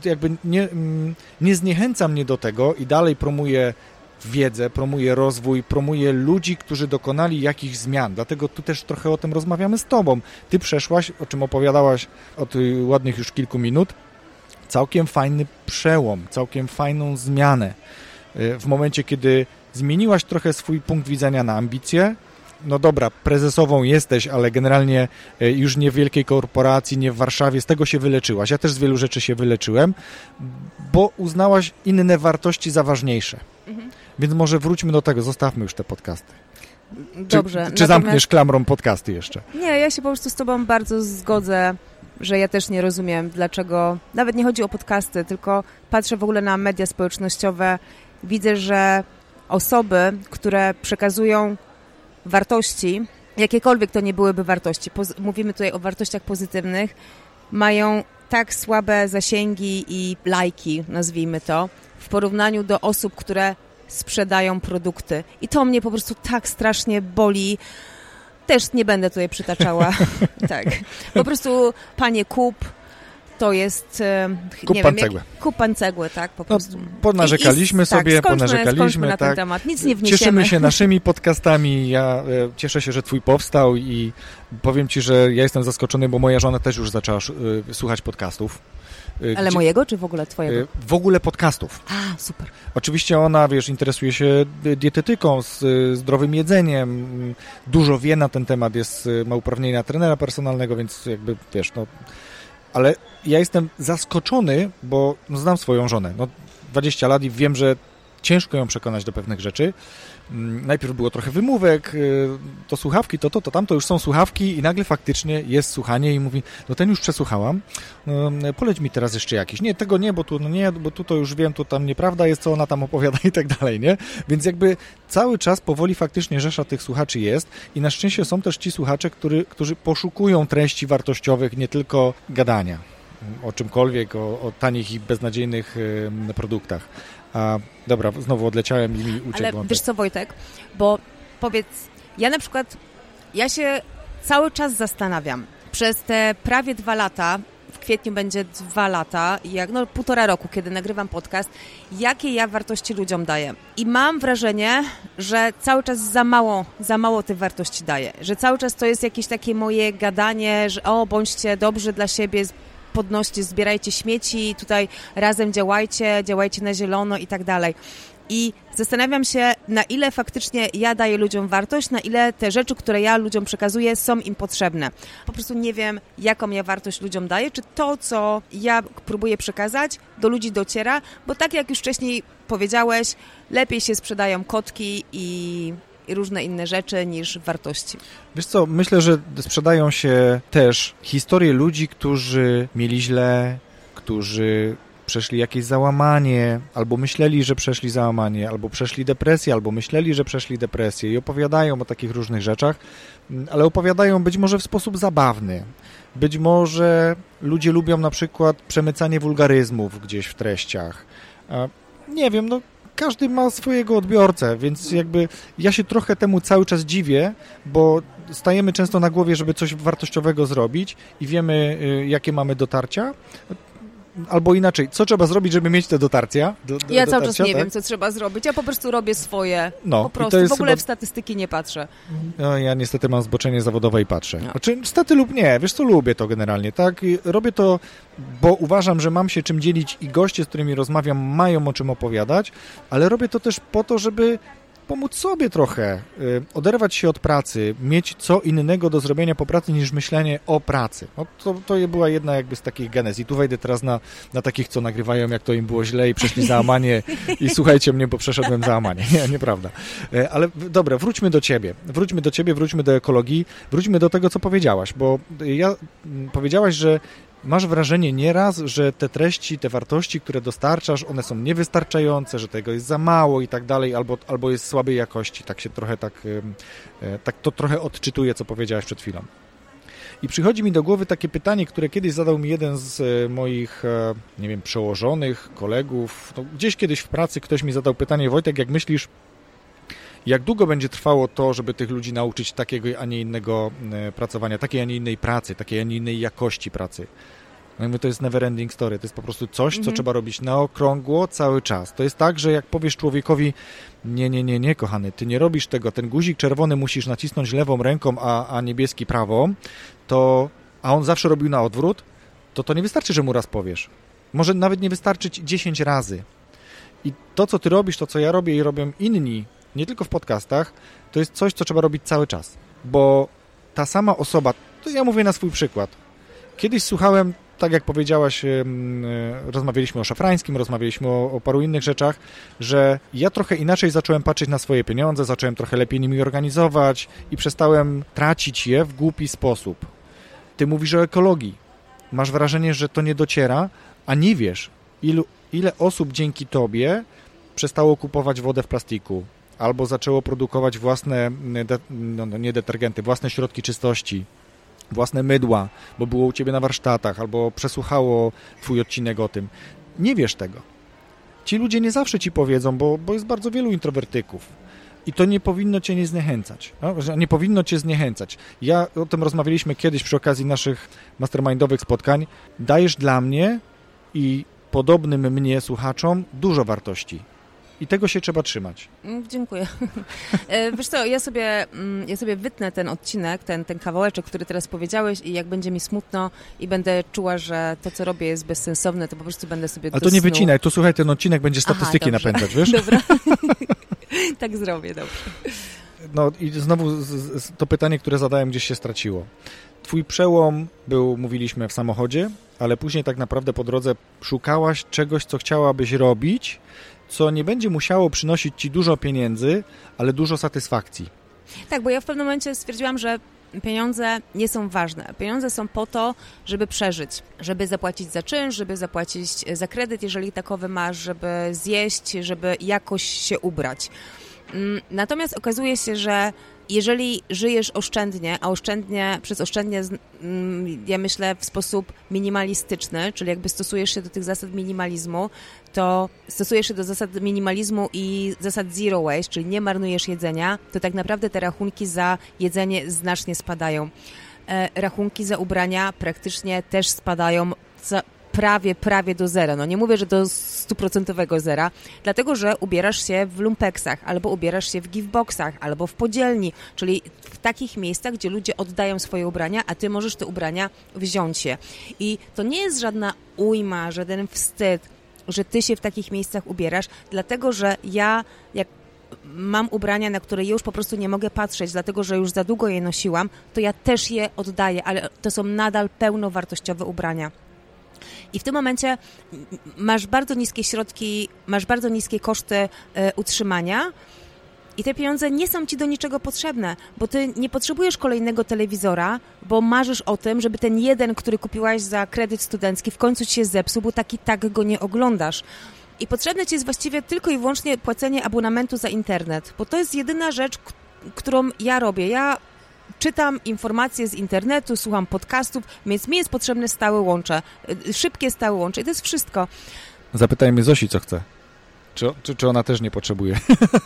D: nie zniechęca mnie do tego i dalej promuję wiedzę, promuje rozwój, promuje ludzi, którzy dokonali jakichś zmian. Dlatego tu też trochę o tym rozmawiamy z tobą. Ty przeszłaś, o czym opowiadałaś od ładnych już kilku minut, całkiem fajny przełom, całkiem fajną zmianę. W momencie, kiedy zmieniłaś trochę swój punkt widzenia na ambicje, no dobra, prezesową jesteś, ale generalnie już nie w wielkiej korporacji, nie w Warszawie, z tego się wyleczyłaś. Ja też z wielu rzeczy się wyleczyłem, bo uznałaś inne wartości za ważniejsze. Więc może wróćmy do tego, zostawmy już te podcasty.
C: Dobrze.
D: Czy zamkniesz klamrą podcasty jeszcze?
C: Nie, ja się po prostu z tobą bardzo zgodzę, że ja też nie rozumiem, dlaczego, nawet nie chodzi o podcasty, tylko patrzę w ogóle na media społecznościowe, widzę, że osoby, które przekazują wartości, jakiekolwiek to nie byłyby wartości, mówimy tutaj o wartościach pozytywnych, mają tak słabe zasięgi i lajki, nazwijmy to, w porównaniu do osób, które sprzedają produkty. I to mnie po prostu tak strasznie boli. Też nie będę tutaj przytaczała. Tak. Po prostu, panie, kup, to jest...
D: Kup pan cegłę.
C: Kup pan cegłę, tak, po prostu.
D: Ponarzekaliśmy sobie,
C: skończmy na
D: tak.
C: ten temat. Nic nie wniesiemy.
D: Cieszymy się naszymi podcastami. Ja cieszę się, że twój powstał i powiem ci, że ja jestem zaskoczony, bo moja żona też już zaczęła słuchać podcastów.
C: Ale mojego, czy w ogóle twojego?
D: W ogóle podcastów.
C: A, super.
D: Oczywiście ona, wiesz, interesuje się dietetyką, zdrowym jedzeniem, dużo wie na ten temat, ma uprawnienia trenera personalnego, więc jakby, wiesz, no... Ale ja jestem zaskoczony, bo znam swoją żonę, 20 lat i wiem, że ciężko ją przekonać do pewnych rzeczy. Najpierw było trochę wymówek, to słuchawki, to tamto już są słuchawki i nagle faktycznie jest słuchanie i mówi, no ten już przesłuchałam, poleć mi teraz jeszcze jakiś. Nie, tego nie, bo tu bo tu to już wiem, tu tam nieprawda jest, co ona tam opowiada i tak dalej, nie? Więc jakby cały czas powoli faktycznie rzesza tych słuchaczy jest i na szczęście są też ci słuchacze, którzy poszukują treści wartościowych, nie tylko gadania o czymkolwiek, o tanich i beznadziejnych produktach. Dobra, znowu odleciałem i mi uciekło.
C: Ale wiesz co, Wojtek, bo powiedz, ja na przykład, ja się cały czas zastanawiam, przez te prawie 2 lata, w kwietniu będzie 2 lata, 1,5 roku, kiedy nagrywam podcast, jakie ja wartości ludziom daję. I mam wrażenie, że cały czas za mało tych wartości daję, że cały czas to jest jakieś takie moje gadanie, że bądźcie dobrzy dla siebie, podnoście, zbierajcie śmieci, tutaj razem działajcie na zielono i tak dalej. I zastanawiam się, na ile faktycznie ja daję ludziom wartość, na ile te rzeczy, które ja ludziom przekazuję, są im potrzebne. Po prostu nie wiem, jaką ja wartość ludziom daję, czy to, co ja próbuję przekazać, do ludzi dociera, bo tak jak już wcześniej powiedziałeś, lepiej się sprzedają kotki i różne inne rzeczy niż wartości.
D: Wiesz co, myślę, że sprzedają się też historie ludzi, którzy mieli źle, którzy przeszli jakieś załamanie, albo myśleli, że przeszli załamanie, albo przeszli depresję, albo myśleli, że przeszli depresję i opowiadają o takich różnych rzeczach, ale opowiadają być może w sposób zabawny. Być może ludzie lubią na przykład przemycanie wulgaryzmów gdzieś w treściach. Nie wiem, każdy ma swojego odbiorcę, więc jakby ja się trochę temu cały czas dziwię, bo stajemy często na głowie, żeby coś wartościowego zrobić i wiemy, jakie mamy dotarcia. Albo inaczej, co trzeba zrobić, żeby mieć te dotarcia?
C: Ja cały czas nie wiem, co trzeba zrobić. Ja po prostu robię swoje. Po prostu. W ogóle w statystyki nie patrzę.
D: No, ja niestety mam zboczenie zawodowe i patrzę. Znaczy, stety lub nie, wiesz co, lubię to generalnie, tak? I robię to, bo uważam, że mam się czym dzielić i goście, z którymi rozmawiam, mają o czym opowiadać, ale robię to też po to, żeby pomóc sobie trochę, oderwać się od pracy, mieć co innego do zrobienia po pracy niż myślenie o pracy. To była jedna jakby z takich genez. I tu wejdę teraz na takich, co nagrywają, jak to im było źle i przeszli załamanie i słuchajcie mnie, bo przeszedłem załamanie. Nie, nieprawda. Ale dobra, wróćmy do ciebie, wróćmy do ekologii, wróćmy do tego, co powiedziałaś, bo powiedziałaś, że masz wrażenie nieraz, że te treści, te wartości, które dostarczasz, one są niewystarczające, że tego jest za mało i tak dalej, albo jest słabej jakości. Tak się trochę to trochę odczytuję, co powiedziałaś przed chwilą. I przychodzi mi do głowy takie pytanie, które kiedyś zadał mi jeden z moich, nie wiem, przełożonych, kolegów. Gdzieś kiedyś w pracy ktoś mi zadał pytanie: Wojtek, jak myślisz, jak długo będzie trwało to, żeby tych ludzi nauczyć takiego, a nie innego pracowania, takiej, a nie innej pracy, takiej, a nie innej jakości pracy? No i mówię, to jest never ending story, to jest po prostu coś, co trzeba robić na okrągło cały czas. To jest tak, że jak powiesz człowiekowi, nie, kochany, ty nie robisz tego, ten guzik czerwony musisz nacisnąć lewą ręką, a niebieski prawą, a on zawsze robił na odwrót, to nie wystarczy, że mu raz powiesz. Może nawet nie wystarczyć 10 razy. I to, co ty robisz, to, co ja robię i robią inni, nie tylko w podcastach, to jest coś, co trzeba robić cały czas. Bo ta sama osoba, to ja mówię na swój przykład. Kiedyś słuchałem, tak jak powiedziałaś, rozmawialiśmy o szafrańskim, rozmawialiśmy o paru innych rzeczach, że ja trochę inaczej zacząłem patrzeć na swoje pieniądze, zacząłem trochę lepiej nimi organizować i przestałem tracić je w głupi sposób. Ty mówisz o ekologii. Masz wrażenie, że to nie dociera, a nie wiesz, ile osób dzięki tobie przestało kupować wodę w plastiku, albo zaczęło produkować własne, nie detergenty, własne środki czystości, własne mydła, bo było u ciebie na warsztatach, albo przesłuchało twój odcinek o tym. Nie wiesz tego. Ci ludzie nie zawsze ci powiedzą, bo jest bardzo wielu introwertyków. I to nie powinno cię nie zniechęcać. Nie powinno cię zniechęcać. O tym rozmawialiśmy kiedyś przy okazji naszych mastermindowych spotkań. Dajesz dla mnie i podobnym mnie słuchaczom dużo wartości. I tego się trzeba trzymać.
C: Dziękuję. Wiesz co, ja sobie wytnę ten odcinek, ten kawałeczek, który teraz powiedziałeś i jak będzie mi smutno i będę czuła, że to, co robię, jest bezsensowne, to po prostu będę sobie
D: Ale to nie wycinaj, tu słuchaj, ten odcinek będzie statystyki napędzać, wiesz?
C: Dobra. Tak zrobię, dobrze.
D: No i znowu to pytanie, które zadałem, gdzieś się straciło. Twój przełom był, mówiliśmy, w samochodzie, ale później tak naprawdę po drodze szukałaś czegoś, co chciałabyś robić co nie będzie musiało przynosić ci dużo pieniędzy, ale dużo satysfakcji.
C: Tak, bo ja w pewnym momencie stwierdziłam, że pieniądze nie są ważne. Pieniądze są po to, żeby przeżyć, żeby zapłacić za czynsz, żeby zapłacić za kredyt, jeżeli takowy masz, żeby zjeść, żeby jakoś się ubrać. Natomiast okazuje się, że jeżeli żyjesz oszczędnie, a przez oszczędnie ja myślę w sposób minimalistyczny, czyli jakby stosujesz się do tych zasad minimalizmu, to stosujesz się do zasad minimalizmu i zasad zero waste, czyli nie marnujesz jedzenia, to tak naprawdę te rachunki za jedzenie znacznie spadają. Rachunki za ubrania praktycznie też spadają prawie do zera. No nie mówię, że do 100% zera, dlatego, że ubierasz się w lumpeksach, albo ubierasz się w giftboxach, albo w podzielni, czyli w takich miejscach, gdzie ludzie oddają swoje ubrania, a ty możesz te ubrania wziąć się. I to nie jest żadna ujma, żaden wstyd, że ty się w takich miejscach ubierasz, dlatego, że ja jak mam ubrania, na które już po prostu nie mogę patrzeć, dlatego, że już za długo je nosiłam, to ja też je oddaję, ale to są nadal pełnowartościowe ubrania. I w tym momencie masz bardzo niskie środki, masz bardzo niskie koszty utrzymania i te pieniądze nie są ci do niczego potrzebne, bo ty nie potrzebujesz kolejnego telewizora, bo marzysz o tym, żeby ten jeden, który kupiłaś za kredyt studencki, w końcu ci się zepsuł, bo tak go nie oglądasz. I potrzebne ci jest właściwie tylko i wyłącznie płacenie abonamentu za internet, bo to jest jedyna rzecz, którą ja robię. Ja czytam informacje z internetu, słucham podcastów, więc mi jest potrzebne stałe łącze, szybkie stałe łącze i to jest wszystko.
D: Zapytajmy Zosi, co chce. Czy ona też nie potrzebuje?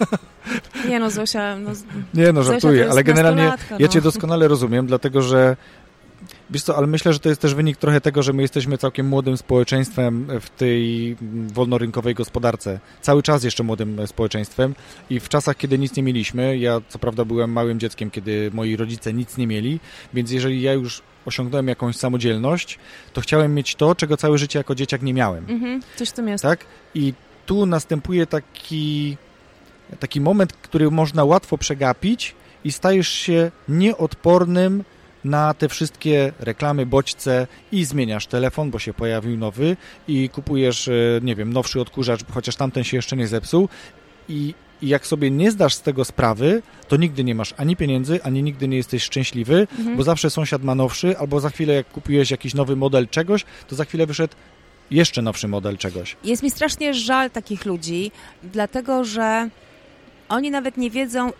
C: Nie no, Zosia...
D: żartuję, ale generalnie ja cię doskonale rozumiem, dlatego że wiesz co, ale myślę, że to jest też wynik trochę tego, że my jesteśmy całkiem młodym społeczeństwem w tej wolnorynkowej gospodarce. Cały czas jeszcze młodym społeczeństwem i w czasach, kiedy nic nie mieliśmy, ja co prawda byłem małym dzieckiem, kiedy moi rodzice nic nie mieli, więc jeżeli ja już osiągnąłem jakąś samodzielność, to chciałem mieć to, czego całe życie jako dzieciak nie miałem.
C: Coś w tym jest.
D: Tak? I tu następuje taki moment, który można łatwo przegapić i stajesz się nieodpornym na te wszystkie reklamy, bodźce i zmieniasz telefon, bo się pojawił nowy i kupujesz, nie wiem, nowszy odkurzacz, chociaż tamten się jeszcze nie zepsuł i jak sobie nie zdasz z tego sprawy, to nigdy nie masz ani pieniędzy, ani nigdy nie jesteś szczęśliwy, bo zawsze sąsiad ma nowszy, albo za chwilę jak kupujesz jakiś nowy model czegoś, to za chwilę wyszedł jeszcze nowszy model czegoś.
C: Jest mi strasznie żal takich ludzi, dlatego że oni nawet nie wiedzą,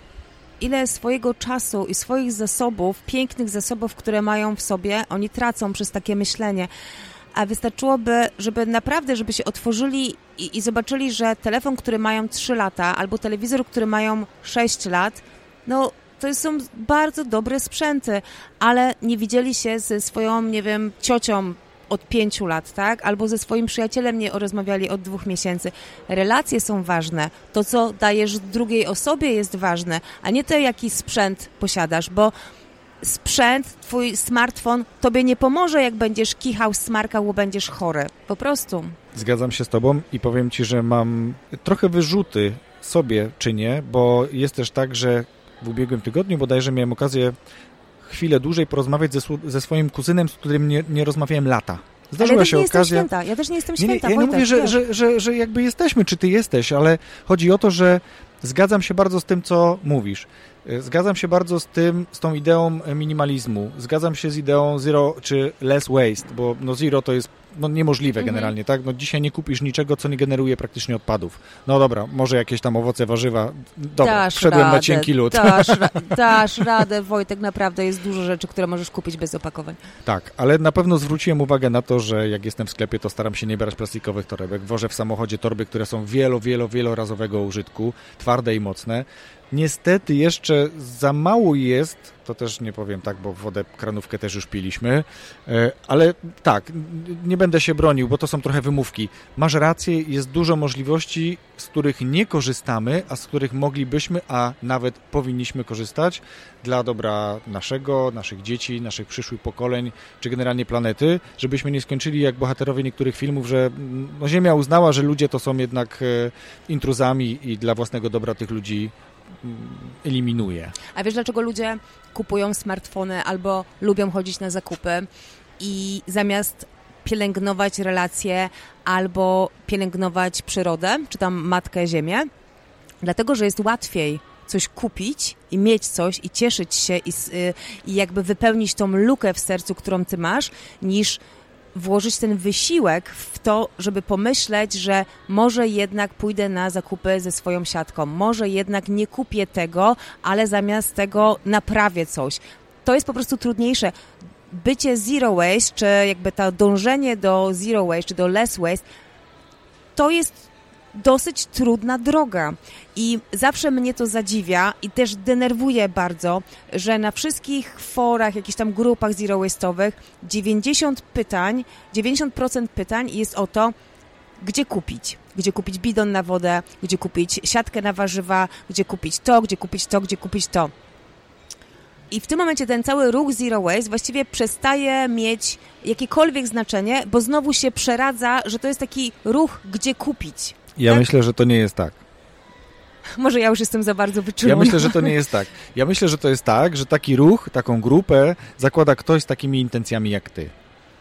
C: ile swojego czasu i swoich zasobów, pięknych zasobów, które mają w sobie, oni tracą przez takie myślenie. A wystarczyłoby, żeby się otworzyli i zobaczyli, że telefon, który mają 3 lata, albo telewizor, który mają 6 lat, no to są bardzo dobre sprzęty, ale nie widzieli się ze swoją, nie wiem, ciocią od 5 lat, tak? Albo ze swoim przyjacielem nie rozmawiali od 2 miesięcy. Relacje są ważne. To, co dajesz drugiej osobie jest ważne, a nie to, jaki sprzęt posiadasz, bo sprzęt, twój smartfon tobie nie pomoże, jak będziesz kichał, smarkał, bo będziesz chory. Po prostu.
D: Zgadzam się z tobą i powiem ci, że mam trochę wyrzuty sobie czynię, bo jest też tak, że w ubiegłym tygodniu bodajże miałem okazję chwilę dłużej porozmawiać ze swoim kuzynem, z którym nie rozmawiałem lata. Zdarzyła się okazja.
C: Ja też nie jestem święta.
D: Ja nie mówię, że jakby jesteśmy, czy ty jesteś, ale chodzi o to, że zgadzam się bardzo z tym, co mówisz. Zgadzam się bardzo z tą ideą minimalizmu. Zgadzam się z ideą zero czy less waste, bo zero to jest niemożliwe generalnie, tak? Dzisiaj nie kupisz niczego, co nie generuje praktycznie odpadów. No dobra, może jakieś tam owoce, warzywa. Dobra, wszedłem na cienki lód.
C: Dasz radę, Wojtek, naprawdę jest dużo rzeczy, które możesz kupić bez opakowań.
D: Tak, ale na pewno zwróciłem uwagę na to, że jak jestem w sklepie, to staram się nie brać plastikowych torebek. Wożę w samochodzie torby, które są wielorazowego użytku, twarde i mocne. Niestety jeszcze za mało jest, to też nie powiem tak, bo wodę, kranówkę też już piliśmy, ale tak, nie będę się bronił, bo to są trochę wymówki. Masz rację, jest dużo możliwości, z których nie korzystamy, a z których moglibyśmy, a nawet powinniśmy korzystać dla dobra naszych dzieci, naszych przyszłych pokoleń, czy generalnie planety, żebyśmy nie skończyli jak bohaterowie niektórych filmów, że Ziemia uznała, że ludzie to są jednak intruzami i dla własnego dobra tych ludzi eliminuje.
C: A wiesz, dlaczego ludzie kupują smartfony albo lubią chodzić na zakupy i zamiast pielęgnować relacje albo pielęgnować przyrodę, czy tam Matkę Ziemię, dlatego, że jest łatwiej coś kupić i mieć coś i cieszyć się i jakby wypełnić tą lukę w sercu, którą ty masz, niż włożyć ten wysiłek w to, żeby pomyśleć, że może jednak pójdę na zakupy ze swoją siatką, może jednak nie kupię tego, ale zamiast tego naprawię coś. To jest po prostu trudniejsze. Bycie zero waste, czy jakby to dążenie do zero waste, czy do less waste, to jest dosyć trudna droga i zawsze mnie to zadziwia i też denerwuje bardzo, że na wszystkich forach, jakichś tam grupach zero waste'owych 90% pytań jest o to, gdzie kupić. Gdzie kupić bidon na wodę, gdzie kupić siatkę na warzywa, gdzie kupić to, gdzie kupić to, gdzie kupić to. I w tym momencie ten cały ruch zero waste właściwie przestaje mieć jakiekolwiek znaczenie, bo znowu się przeradza, że to jest taki ruch, gdzie kupić.
D: Ja
C: tak?
D: myślę, że to nie jest tak.
C: Może ja już jestem za bardzo wyczulona.
D: Ja myślę, że to nie jest tak. Ja myślę, że to jest tak, że taki ruch, taką grupę zakłada ktoś z takimi intencjami jak ty.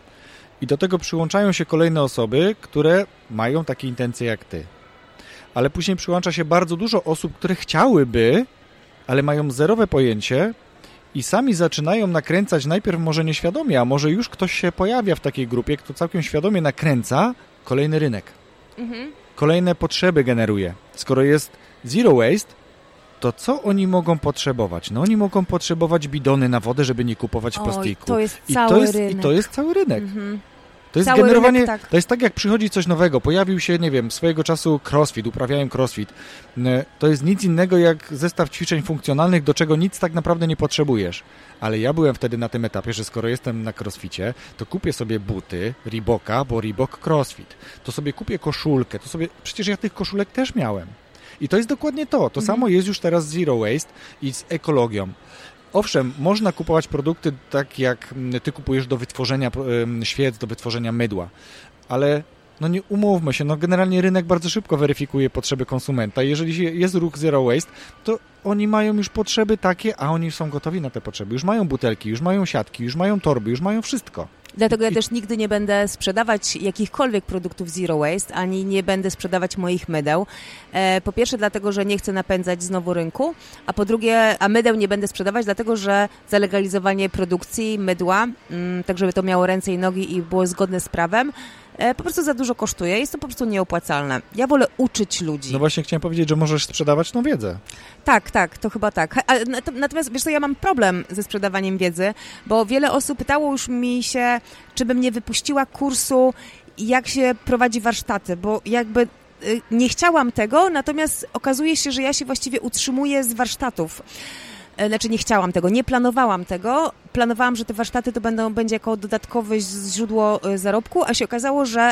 D: I do tego przyłączają się kolejne osoby, które mają takie intencje jak ty. Ale później przyłącza się bardzo dużo osób, które chciałyby, ale mają zerowe pojęcie i sami zaczynają nakręcać najpierw może nieświadomie, a może już ktoś się pojawia w takiej grupie, kto całkiem świadomie nakręca kolejny rynek. Kolejne potrzeby generuje. Skoro jest zero waste, to co oni mogą potrzebować? No oni mogą potrzebować bidony na wodę, żeby nie kupować plastiku.
C: To jest cały rynek.
D: I to jest cały rynek. To jest
C: Cały
D: generowanie,
C: rynek, tak.
D: To jest tak, jak przychodzi coś nowego. Pojawił się, nie wiem, swojego czasu crossfit, uprawiałem crossfit. To jest nic innego jak zestaw ćwiczeń funkcjonalnych, do czego nic tak naprawdę nie potrzebujesz. Ale ja byłem wtedy na tym etapie, że skoro jestem na crossficie, to kupię sobie buty Reeboka, bo Reebok crossfit. To sobie kupię koszulkę, przecież ja tych koszulek też miałem. I to jest dokładnie to. To samo jest już teraz z zero waste i z ekologią. Owszem, można kupować produkty tak, jak ty kupujesz do wytworzenia świec, do wytworzenia mydła, ale no nie umówmy się, no generalnie rynek bardzo szybko weryfikuje potrzeby konsumenta. Jeżeli jest ruch zero waste, to oni mają już potrzeby takie, a oni są gotowi na te potrzeby. Już mają butelki, już mają siatki, już mają torby, już mają wszystko.
C: Dlatego ja też nigdy nie będę sprzedawać jakichkolwiek produktów zero waste, ani nie będę sprzedawać moich mydeł. Po pierwsze dlatego, że nie chcę napędzać znowu rynku, a po drugie, a mydeł nie będę sprzedawać dlatego, że zalegalizowanie produkcji mydła, tak żeby to miało ręce i nogi i było zgodne z prawem, po prostu za dużo kosztuje. Jest to po prostu nieopłacalne. Ja wolę uczyć ludzi.
D: No właśnie chciałem powiedzieć, że możesz sprzedawać tą wiedzę.
C: Tak, to chyba tak. Natomiast, wiesz co, ja mam problem ze sprzedawaniem wiedzy, bo wiele osób pytało już mi się, czy bym nie wypuściła kursu, jak się prowadzi warsztaty, bo jakby nie chciałam tego, natomiast okazuje się, że ja się właściwie utrzymuję z warsztatów. Znaczy nie chciałam tego, nie planowałam tego. Planowałam, że te warsztaty to będzie jako dodatkowe źródło zarobku, a się okazało, że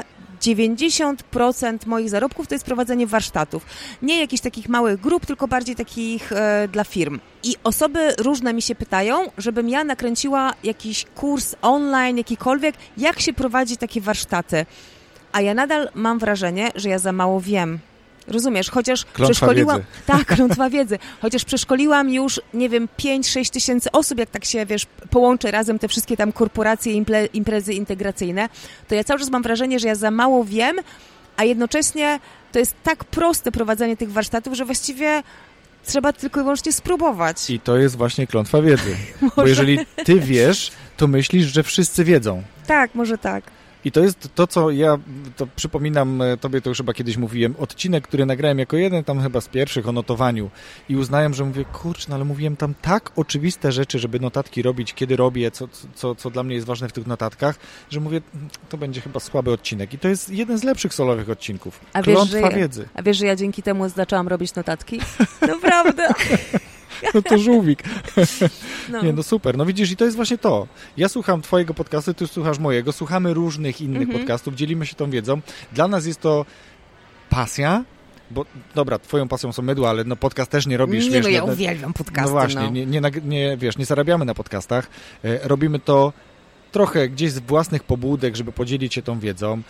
C: 90% moich zarobków to jest prowadzenie warsztatów. Nie jakichś takich małych grup, tylko bardziej takich dla firm. I osoby różne mi się pytają, żebym ja nakręciła jakiś kurs online, jakikolwiek, jak się prowadzi takie warsztaty. A ja nadal mam wrażenie, że ja za mało wiem. Rozumiesz, chociaż przeszkoliłam...
D: wiedzy.
C: Tak, klątwa wiedzy. Chociaż przeszkoliłam już, nie wiem, 5-6 tysięcy osób, jak tak się, wiesz, połączę razem te wszystkie tam korporacje, imprezy integracyjne, to ja cały czas mam wrażenie, że ja za mało wiem, a jednocześnie to jest tak proste prowadzenie tych warsztatów, że właściwie trzeba tylko i wyłącznie spróbować.
D: I to jest właśnie klątwa wiedzy. Bo jeżeli ty wiesz, to myślisz, że wszyscy wiedzą.
C: Tak, może tak.
D: I to jest to, co ja, to przypominam tobie, to już chyba kiedyś mówiłem, odcinek, który nagrałem jako jeden tam chyba z pierwszych o notowaniu i uznałem, że mówię, kurczę, no ale mówiłem tam tak oczywiste rzeczy, żeby notatki robić, kiedy robię, co dla mnie jest ważne w tych notatkach, że mówię, to będzie chyba słaby odcinek. I to jest jeden z lepszych solowych odcinków. Klątwa wiedzy.
C: A wiesz, że ja dzięki temu zaczęłam robić notatki? Naprawdę.
D: No to żółwik. No. Nie, no super. No widzisz, i to jest właśnie to. Ja słucham twojego podcastu, ty słuchasz mojego, słuchamy różnych innych podcastów, dzielimy się tą wiedzą. Dla nas jest to pasja, bo dobra, twoją pasją są mydła, ale no podcast też nie robisz.
C: Nie,
D: wiesz,
C: no ja uwielbiam podcasty.
D: No właśnie, nie, wiesz, nie zarabiamy na podcastach. Robimy to trochę gdzieś z własnych pobudek, żeby podzielić się tą wiedzą.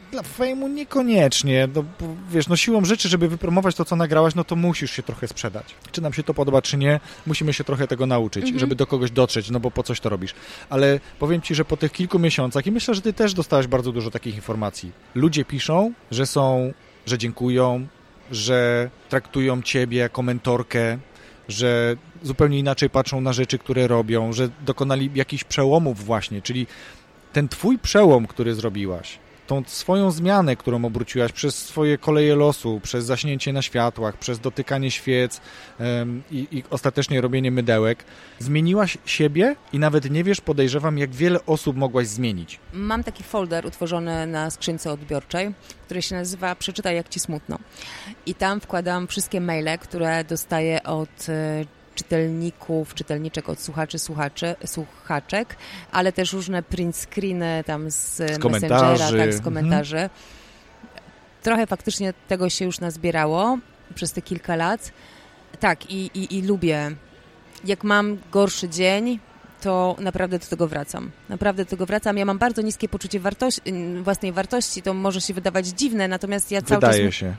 D: Dla fejmu niekoniecznie. No, wiesz, no siłą rzeczy, żeby wypromować to, co nagrałaś, no to musisz się trochę sprzedać. Czy nam się to podoba, czy nie, musimy się trochę tego nauczyć, żeby do kogoś dotrzeć, no bo po coś to robisz. Ale powiem ci, że po tych kilku miesiącach, i myślę, że ty też dostałaś bardzo dużo takich informacji, ludzie piszą, że dziękują, że traktują ciebie jako mentorkę, że zupełnie inaczej patrzą na rzeczy, które robią, że dokonali jakichś przełomów właśnie, czyli ten twój przełom, który zrobiłaś, tą swoją zmianę, którą obróciłaś przez swoje koleje losu, przez zaśnięcie na światłach, przez dotykanie świec i ostatecznie robienie mydełek, zmieniłaś siebie i nawet nie wiesz, podejrzewam, jak wiele osób mogłaś zmienić.
C: Mam taki folder utworzony na skrzynce odbiorczej, który się nazywa Przeczytaj, jak ci smutno. I tam wkładam wszystkie maile, które dostaję od czytelników, czytelniczek, od słuchaczek, ale też różne print screeny tam z Messengera, tak, z komentarzy. Trochę faktycznie tego się już nazbierało przez te kilka lat. Tak, i lubię. Jak mam gorszy dzień, to naprawdę do tego wracam. Naprawdę do tego wracam. Ja mam bardzo niskie poczucie własnej wartości. To może się wydawać dziwne, natomiast ja cały czas...
D: Wydaje się.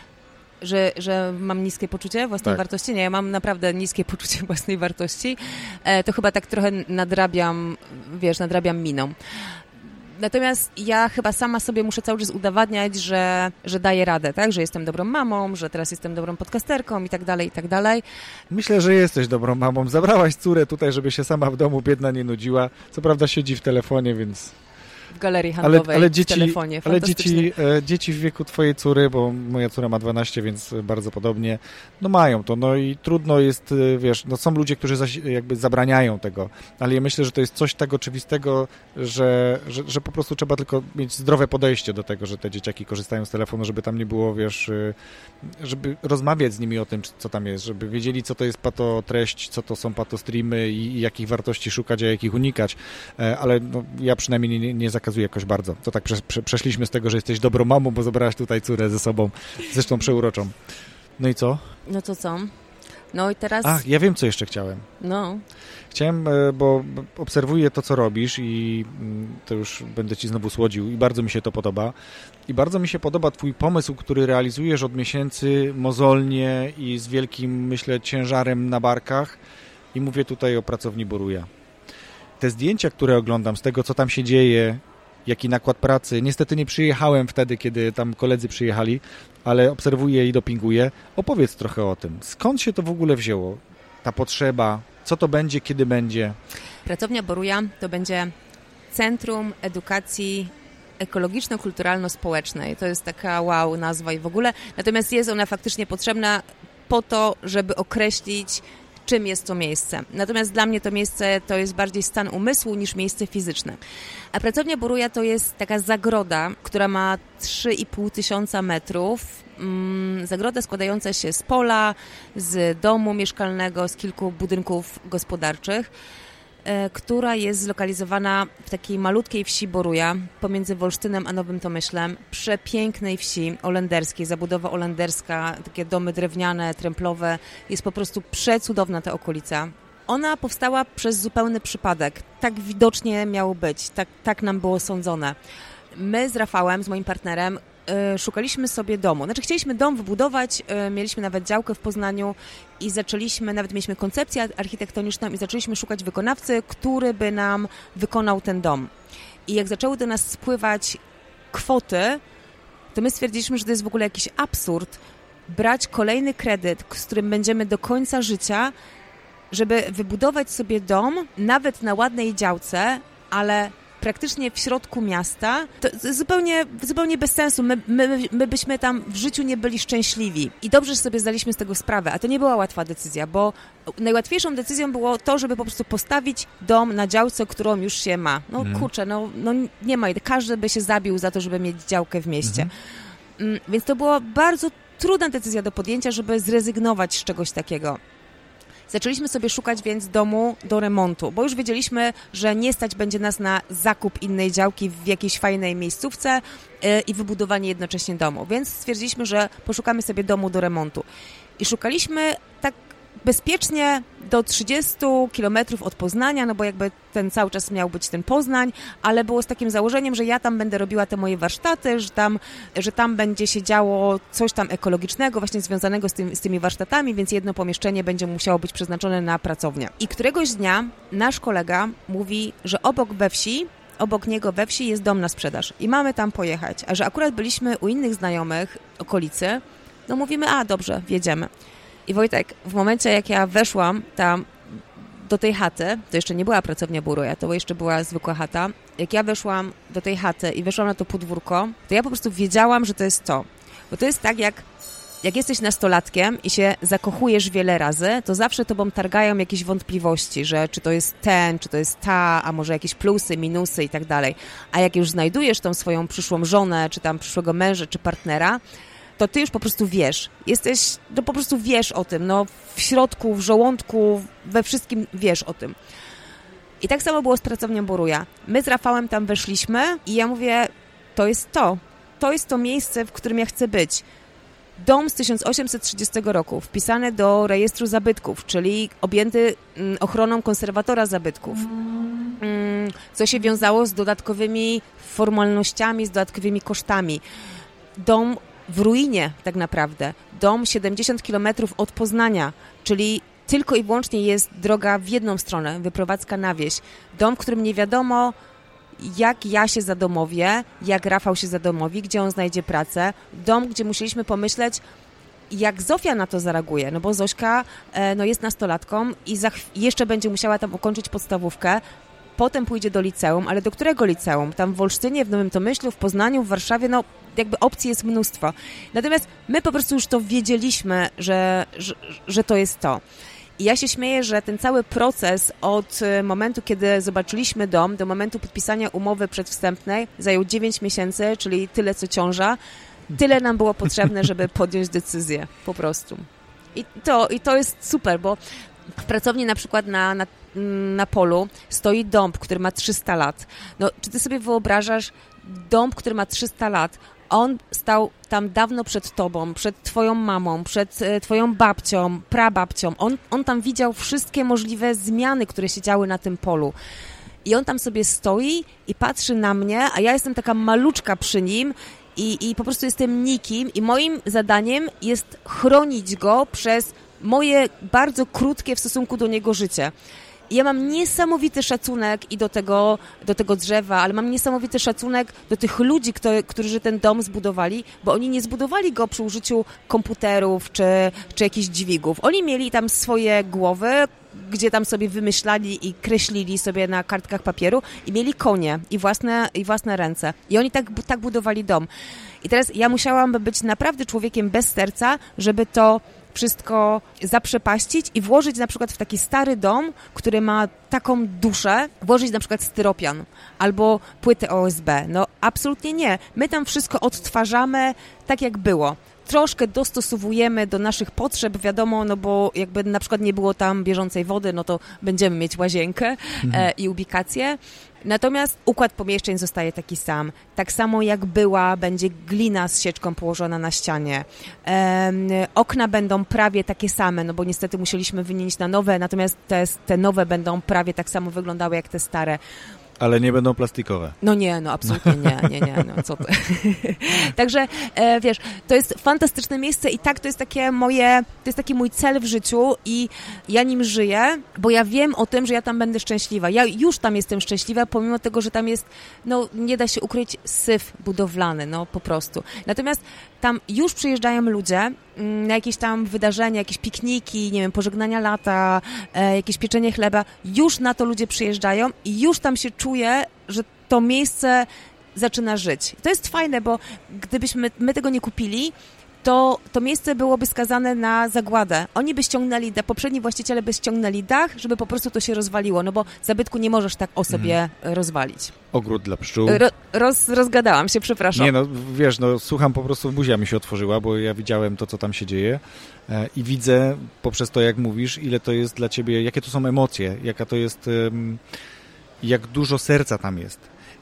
C: Że mam niskie poczucie własnej wartości? Nie, ja mam naprawdę niskie poczucie własnej wartości. To chyba tak trochę nadrabiam miną. Natomiast ja chyba sama sobie muszę cały czas udowadniać, że daję radę, tak? Że jestem dobrą mamą, że teraz jestem dobrą podcasterką i tak dalej, i tak dalej.
D: Myślę, że jesteś dobrą mamą. Zabrałaś córę tutaj, żeby się sama w domu biedna nie nudziła. Co prawda siedzi w telefonie, więc...
C: W galerii handlowej, w telefonie.
D: Ale dzieci w wieku twojej córy, bo moja córa ma 12, więc bardzo podobnie, no mają to, no i trudno jest, wiesz, no są ludzie, którzy jakby zabraniają tego, ale ja myślę, że to jest coś tak oczywistego, że po prostu trzeba tylko mieć zdrowe podejście do tego, że te dzieciaki korzystają z telefonu, żeby tam nie było, wiesz, żeby rozmawiać z nimi o tym, co tam jest, żeby wiedzieli, co to jest patotreść, co to są patostreamy i jakich wartości szukać, a jakich unikać, ale no, ja przynajmniej nie zakazuję jakoś bardzo. To tak przeszliśmy z tego, że jesteś dobrą mamą, bo zabrałaś tutaj córę ze sobą, zresztą przeuroczą. No i co?
C: No to co? No i teraz...
D: Ach, ja wiem, co jeszcze chciałem.
C: No.
D: Chciałem, bo obserwuję to, co robisz i to już będę ci znowu słodził i bardzo mi się to podoba. I bardzo mi się podoba twój pomysł, który realizujesz od miesięcy mozolnie i z wielkim, myślę, ciężarem na barkach. I mówię tutaj o pracowni Boruja. Te zdjęcia, które oglądam z tego, co tam się dzieje, jaki nakład pracy. Niestety nie przyjechałem wtedy, kiedy tam koledzy przyjechali, ale obserwuję i dopinguję. Opowiedz trochę o tym. Skąd się to w ogóle wzięło? Ta potrzeba, co to będzie, kiedy będzie?
C: Pracownia Boruja to będzie Centrum Edukacji Ekologiczno-Kulturalno-Społecznej. To jest taka wow nazwa i w ogóle. Natomiast jest ona faktycznie potrzebna po to, żeby określić, czym jest to miejsce. Natomiast dla mnie to miejsce to jest bardziej stan umysłu niż miejsce fizyczne. A Pracownia Boruja to jest taka zagroda, która ma 3,5 tysiąca metrów. Zagroda składająca się z pola, z domu mieszkalnego, z kilku budynków gospodarczych, która jest zlokalizowana w takiej malutkiej wsi Boruja pomiędzy Wolsztynem a Nowym Tomyślem, przepięknej wsi holenderskiej, zabudowa holenderska, takie domy drewniane, tremplowe, jest po prostu przecudowna ta okolica. Ona powstała przez zupełny przypadek, tak widocznie miało być, tak nam było sądzone. My z Rafałem, z moim partnerem, szukaliśmy sobie domu. Znaczy chcieliśmy dom wybudować, mieliśmy nawet działkę w Poznaniu i nawet mieliśmy koncepcję architektoniczną i zaczęliśmy szukać wykonawcy, który by nam wykonał ten dom. I jak zaczęły do nas spływać kwoty, to my stwierdziliśmy, że to jest w ogóle jakiś absurd brać kolejny kredyt, z którym będziemy do końca życia, żeby wybudować sobie dom, nawet na ładnej działce, ale praktycznie w środku miasta, to zupełnie bez sensu. My byśmy tam w życiu nie byli szczęśliwi. I dobrze, że sobie zdaliśmy z tego sprawę, a to nie była łatwa decyzja, bo najłatwiejszą decyzją było to, żeby po prostu postawić dom na działce, którą już się ma. No kurczę, no nie ma. Każdy by się zabił za to, żeby mieć działkę w mieście. Więc to była bardzo trudna decyzja do podjęcia, żeby zrezygnować z czegoś takiego. Zaczęliśmy sobie szukać więc domu do remontu, bo już wiedzieliśmy, że nie stać będzie nas na zakup innej działki w jakiejś fajnej miejscówce i wybudowanie jednocześnie domu. Więc stwierdziliśmy, że poszukamy sobie domu do remontu. I szukaliśmy tak bezpiecznie do 30 kilometrów od Poznania, no bo jakby ten cały czas miał być ten Poznań, ale było z takim założeniem, że ja tam będę robiła te moje warsztaty, że tam będzie się działo coś tam ekologicznego, właśnie związanego z tymi warsztatami, więc jedno pomieszczenie będzie musiało być przeznaczone na pracownię. I któregoś dnia nasz kolega mówi, że obok niego we wsi jest dom na sprzedaż i mamy tam pojechać, a że akurat byliśmy u innych znajomych okolicy, no mówimy, dobrze, wjedziemy. I Wojtek, w momencie jak ja weszłam tam do tej chaty, to jeszcze nie była pracownia Boruja, to jeszcze była zwykła chata, jak ja weszłam do tej chaty i weszłam na to podwórko, to ja po prostu wiedziałam, że to jest to. Bo to jest tak, jak jesteś nastolatkiem i się zakochujesz wiele razy, to zawsze tobą targają jakieś wątpliwości, że czy to jest ten, czy to jest ta, a może jakieś plusy, minusy i tak dalej. A jak już znajdujesz tą swoją przyszłą żonę, czy tam przyszłego męża, czy partnera, to ty już po prostu wiesz. Po prostu wiesz o tym, w środku, w żołądku, we wszystkim wiesz o tym. I tak samo było z pracownią Boruja. My z Rafałem tam weszliśmy i ja mówię, to jest to. To jest to miejsce, w którym ja chcę być. Dom z 1830 roku, wpisany do rejestru zabytków, czyli objęty ochroną konserwatora zabytków, co się wiązało z dodatkowymi formalnościami, z dodatkowymi kosztami. Dom w ruinie tak naprawdę. Dom 70 km od Poznania, czyli tylko i wyłącznie jest droga w jedną stronę, wyprowadzka na wieś. Dom, w którym nie wiadomo, jak ja się zadomowię, jak Rafał się zadomowi, gdzie on znajdzie pracę. Dom, gdzie musieliśmy pomyśleć, jak Zofia na to zareaguje, no bo Zośka jest nastolatką i jeszcze będzie musiała tam ukończyć podstawówkę, potem pójdzie do liceum, ale do którego liceum? Tam w Olsztynie, w Nowym Tomyślu, w Poznaniu, w Warszawie, jakby opcji jest mnóstwo. Natomiast my po prostu już to wiedzieliśmy, że to jest to. I ja się śmieję, że ten cały proces od momentu, kiedy zobaczyliśmy dom, do momentu podpisania umowy przedwstępnej zajął 9 miesięcy, czyli tyle, co ciąża. Tyle nam było potrzebne, żeby podjąć decyzję, po prostu. I to jest super, bo w pracowni na przykład na polu stoi dąb, który ma 300 lat. Czy ty sobie wyobrażasz dąb, który ma 300 lat? On stał tam dawno przed tobą, przed twoją mamą, przed twoją babcią, prababcią. On tam widział wszystkie możliwe zmiany, które się działy na tym polu. I on tam sobie stoi i patrzy na mnie, a ja jestem taka maluczka przy nim i po prostu jestem nikim i moim zadaniem jest chronić go przez moje bardzo krótkie w stosunku do niego życie. I ja mam niesamowity szacunek i do tego drzewa, ale mam niesamowity szacunek do tych ludzi, którzy ten dom zbudowali, bo oni nie zbudowali go przy użyciu komputerów czy jakichś dźwigów. Oni mieli tam swoje głowy, gdzie tam sobie wymyślali i kreślili sobie na kartkach papieru i mieli konie i własne ręce. I oni tak budowali dom. I teraz ja musiałam być naprawdę człowiekiem bez serca, żeby to wszystko zaprzepaścić i włożyć na przykład w taki stary dom, który ma taką duszę, włożyć na przykład styropian albo płytę OSB. Absolutnie nie. My tam wszystko odtwarzamy tak, jak było. Troszkę dostosowujemy do naszych potrzeb, wiadomo, bo jakby na przykład nie było tam bieżącej wody, to będziemy mieć łazienkę i ubikację. Natomiast układ pomieszczeń zostaje taki sam. Tak samo jak będzie glina z sieczką położona na ścianie. Okna będą prawie takie same, bo niestety musieliśmy wymienić na nowe, natomiast te nowe będą prawie tak samo wyglądały jak te stare.
D: Ale nie będą plastikowe.
C: Nie, absolutnie nie, co ty. Także, wiesz, to jest fantastyczne miejsce i tak to jest taki mój cel w życiu i ja nim żyję, bo ja wiem o tym, że ja tam będę szczęśliwa. Ja już tam jestem szczęśliwa, pomimo tego, że tam jest, nie da się ukryć, syf budowlany, po prostu. Natomiast tam już przyjeżdżają ludzie na jakieś tam wydarzenia, jakieś pikniki, nie wiem, pożegnania lata, jakieś pieczenie chleba. Już na to ludzie przyjeżdżają i już tam się czuje, że to miejsce zaczyna żyć. To jest fajne, bo gdybyśmy my tego nie kupili, to miejsce byłoby skazane na zagładę. Oni by ściągnęli, poprzedni właściciele by ściągnęli dach, żeby po prostu to się rozwaliło, bo zabytku nie możesz tak o sobie rozwalić.
D: Ogród dla pszczół.
C: Rozgadałam się, przepraszam.
D: Nie, wiesz, słucham, po prostu buzia mi się otworzyła, bo ja widziałem to, co tam się dzieje i widzę poprzez to, jak mówisz, ile to jest dla ciebie, jakie to są emocje, jaka to jest, jak dużo serca tam jest.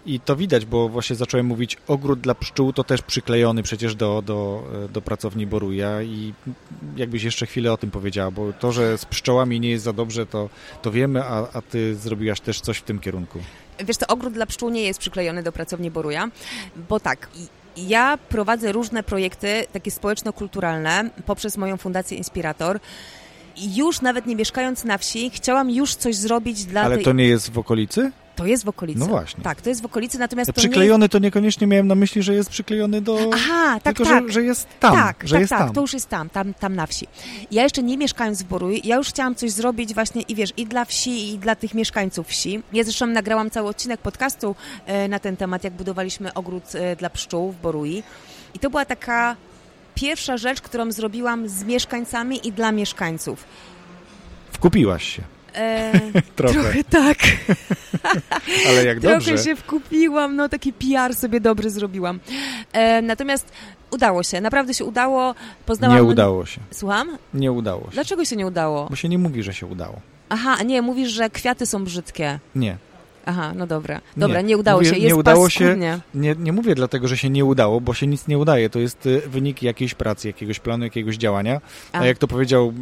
D: I to widać, bo właśnie zacząłem mówić, ogród dla pszczół to też przyklejony przecież do pracowni Boruja i jakbyś jeszcze chwilę o tym powiedziała, bo to, że z pszczołami nie jest za dobrze, to wiemy, a ty zrobiłaś też coś w tym kierunku.
C: Wiesz, to ogród dla pszczół nie jest przyklejony do pracowni Boruja, bo tak, ja prowadzę różne projekty, takie społeczno-kulturalne, poprzez moją fundację Inspirator. I już nawet nie mieszkając na wsi, chciałam już coś zrobić dla
D: Ale to nie jest w okolicy?
C: To jest w okolicy.
D: No właśnie.
C: Tak, to jest w okolicy, natomiast
D: przyklejony to niekoniecznie miałem na myśli, że jest przyklejony do...
C: Aha, tak,
D: tylko,
C: tak.
D: Że jest tam.
C: Tak,
D: że
C: tak,
D: jest
C: tak,
D: tam.
C: To już jest tam na wsi. Ja jeszcze nie mieszkając w Boruju, ja już chciałam coś zrobić właśnie i wiesz, i dla wsi, i dla tych mieszkańców wsi. Ja zresztą nagrałam cały odcinek podcastu na ten temat, jak budowaliśmy ogród dla pszczół w Borui. I to była taka pierwsza rzecz, którą zrobiłam z mieszkańcami i dla mieszkańców.
D: Wkupiłaś się.
C: Trochę tak.
D: Ale jak dobrze.
C: Trochę się wkupiłam, no taki PR sobie dobry zrobiłam. Natomiast udało się, naprawdę się udało. Poznałam...
D: Nie udało się.
C: Słucham?
D: Nie udało się.
C: Dlaczego się nie udało?
D: Bo się nie mówi, że się udało.
C: Aha, nie, mówisz, że kwiaty są brzydkie.
D: Nie.
C: Aha, no dobra. Dobra, nie udało się, jest
D: nie udało
C: paskudnie.
D: się. Nie mówię dlatego, że się nie udało, bo się nic nie udaje. To jest wynik jakiejś pracy, jakiegoś planu, jakiegoś działania. A jak to powiedział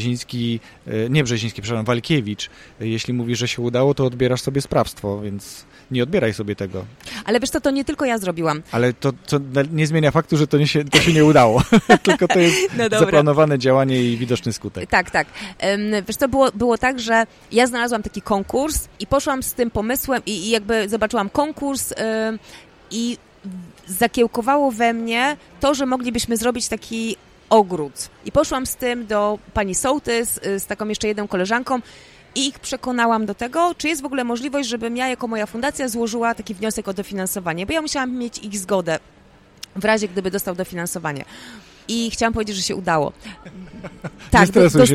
D: Walkiewicz, jeśli mówisz, że się udało, to odbierasz sobie sprawstwo, więc nie odbieraj sobie tego.
C: Ale wiesz co, to nie tylko ja zrobiłam.
D: Ale to nie zmienia faktu, że to się nie udało. Tylko to jest zaplanowane działanie i widoczny skutek.
C: Tak, tak. Wiesz co, było tak, że ja znalazłam taki konkurs i poszłam z tym pomysłem i jakby zobaczyłam konkurs i zakiełkowało we mnie to, że moglibyśmy zrobić taki ogród. I poszłam z tym do pani sołtys, z taką jeszcze jedną koleżanką i ich przekonałam do tego, czy jest w ogóle możliwość, żebym ja jako moja fundacja złożyła taki wniosek o dofinansowanie, bo ja musiałam mieć ich zgodę w razie, gdyby dostał dofinansowanie. I chciałam powiedzieć, że się udało. Tak,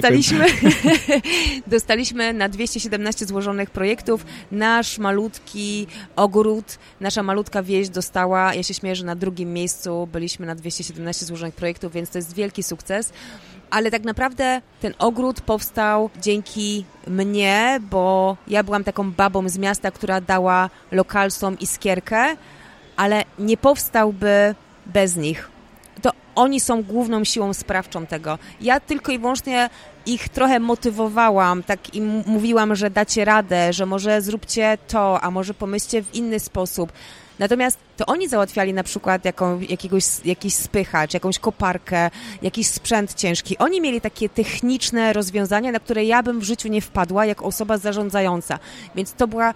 C: dostaliśmy na 217 złożonych projektów. Nasz malutki ogród, nasza malutka wieś dostała, ja się śmieję, że na drugim miejscu byliśmy na 217 złożonych projektów, więc to jest wielki sukces. Ale tak naprawdę ten ogród powstał dzięki mnie, bo ja byłam taką babą z miasta, która dała lokalsom iskierkę, ale nie powstałby bez nich. To oni są główną siłą sprawczą tego. Ja tylko i wyłącznie ich trochę motywowałam, tak im mówiłam, że dacie radę, że może zróbcie to, a może pomyślcie w inny sposób. Natomiast to oni załatwiali na przykład jakiś spychacz, jakąś koparkę, jakiś sprzęt ciężki. Oni mieli takie techniczne rozwiązania, na które ja bym w życiu nie wpadła jako osoba zarządzająca. Więc to była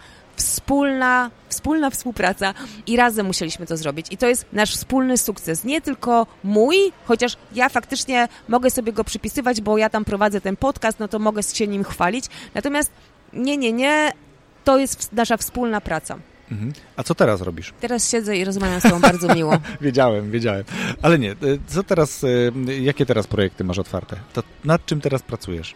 C: wspólna współpraca i razem musieliśmy to zrobić. I to jest nasz wspólny sukces. Nie tylko mój, chociaż ja faktycznie mogę sobie go przypisywać, bo ja tam prowadzę ten podcast, no to mogę się nim chwalić. Natomiast nie, to jest nasza wspólna praca.
D: A co teraz robisz?
C: Teraz siedzę i rozmawiam z tobą bardzo miło.
D: Wiedziałem. Ale nie, co teraz, jakie teraz projekty masz otwarte? To nad czym teraz pracujesz?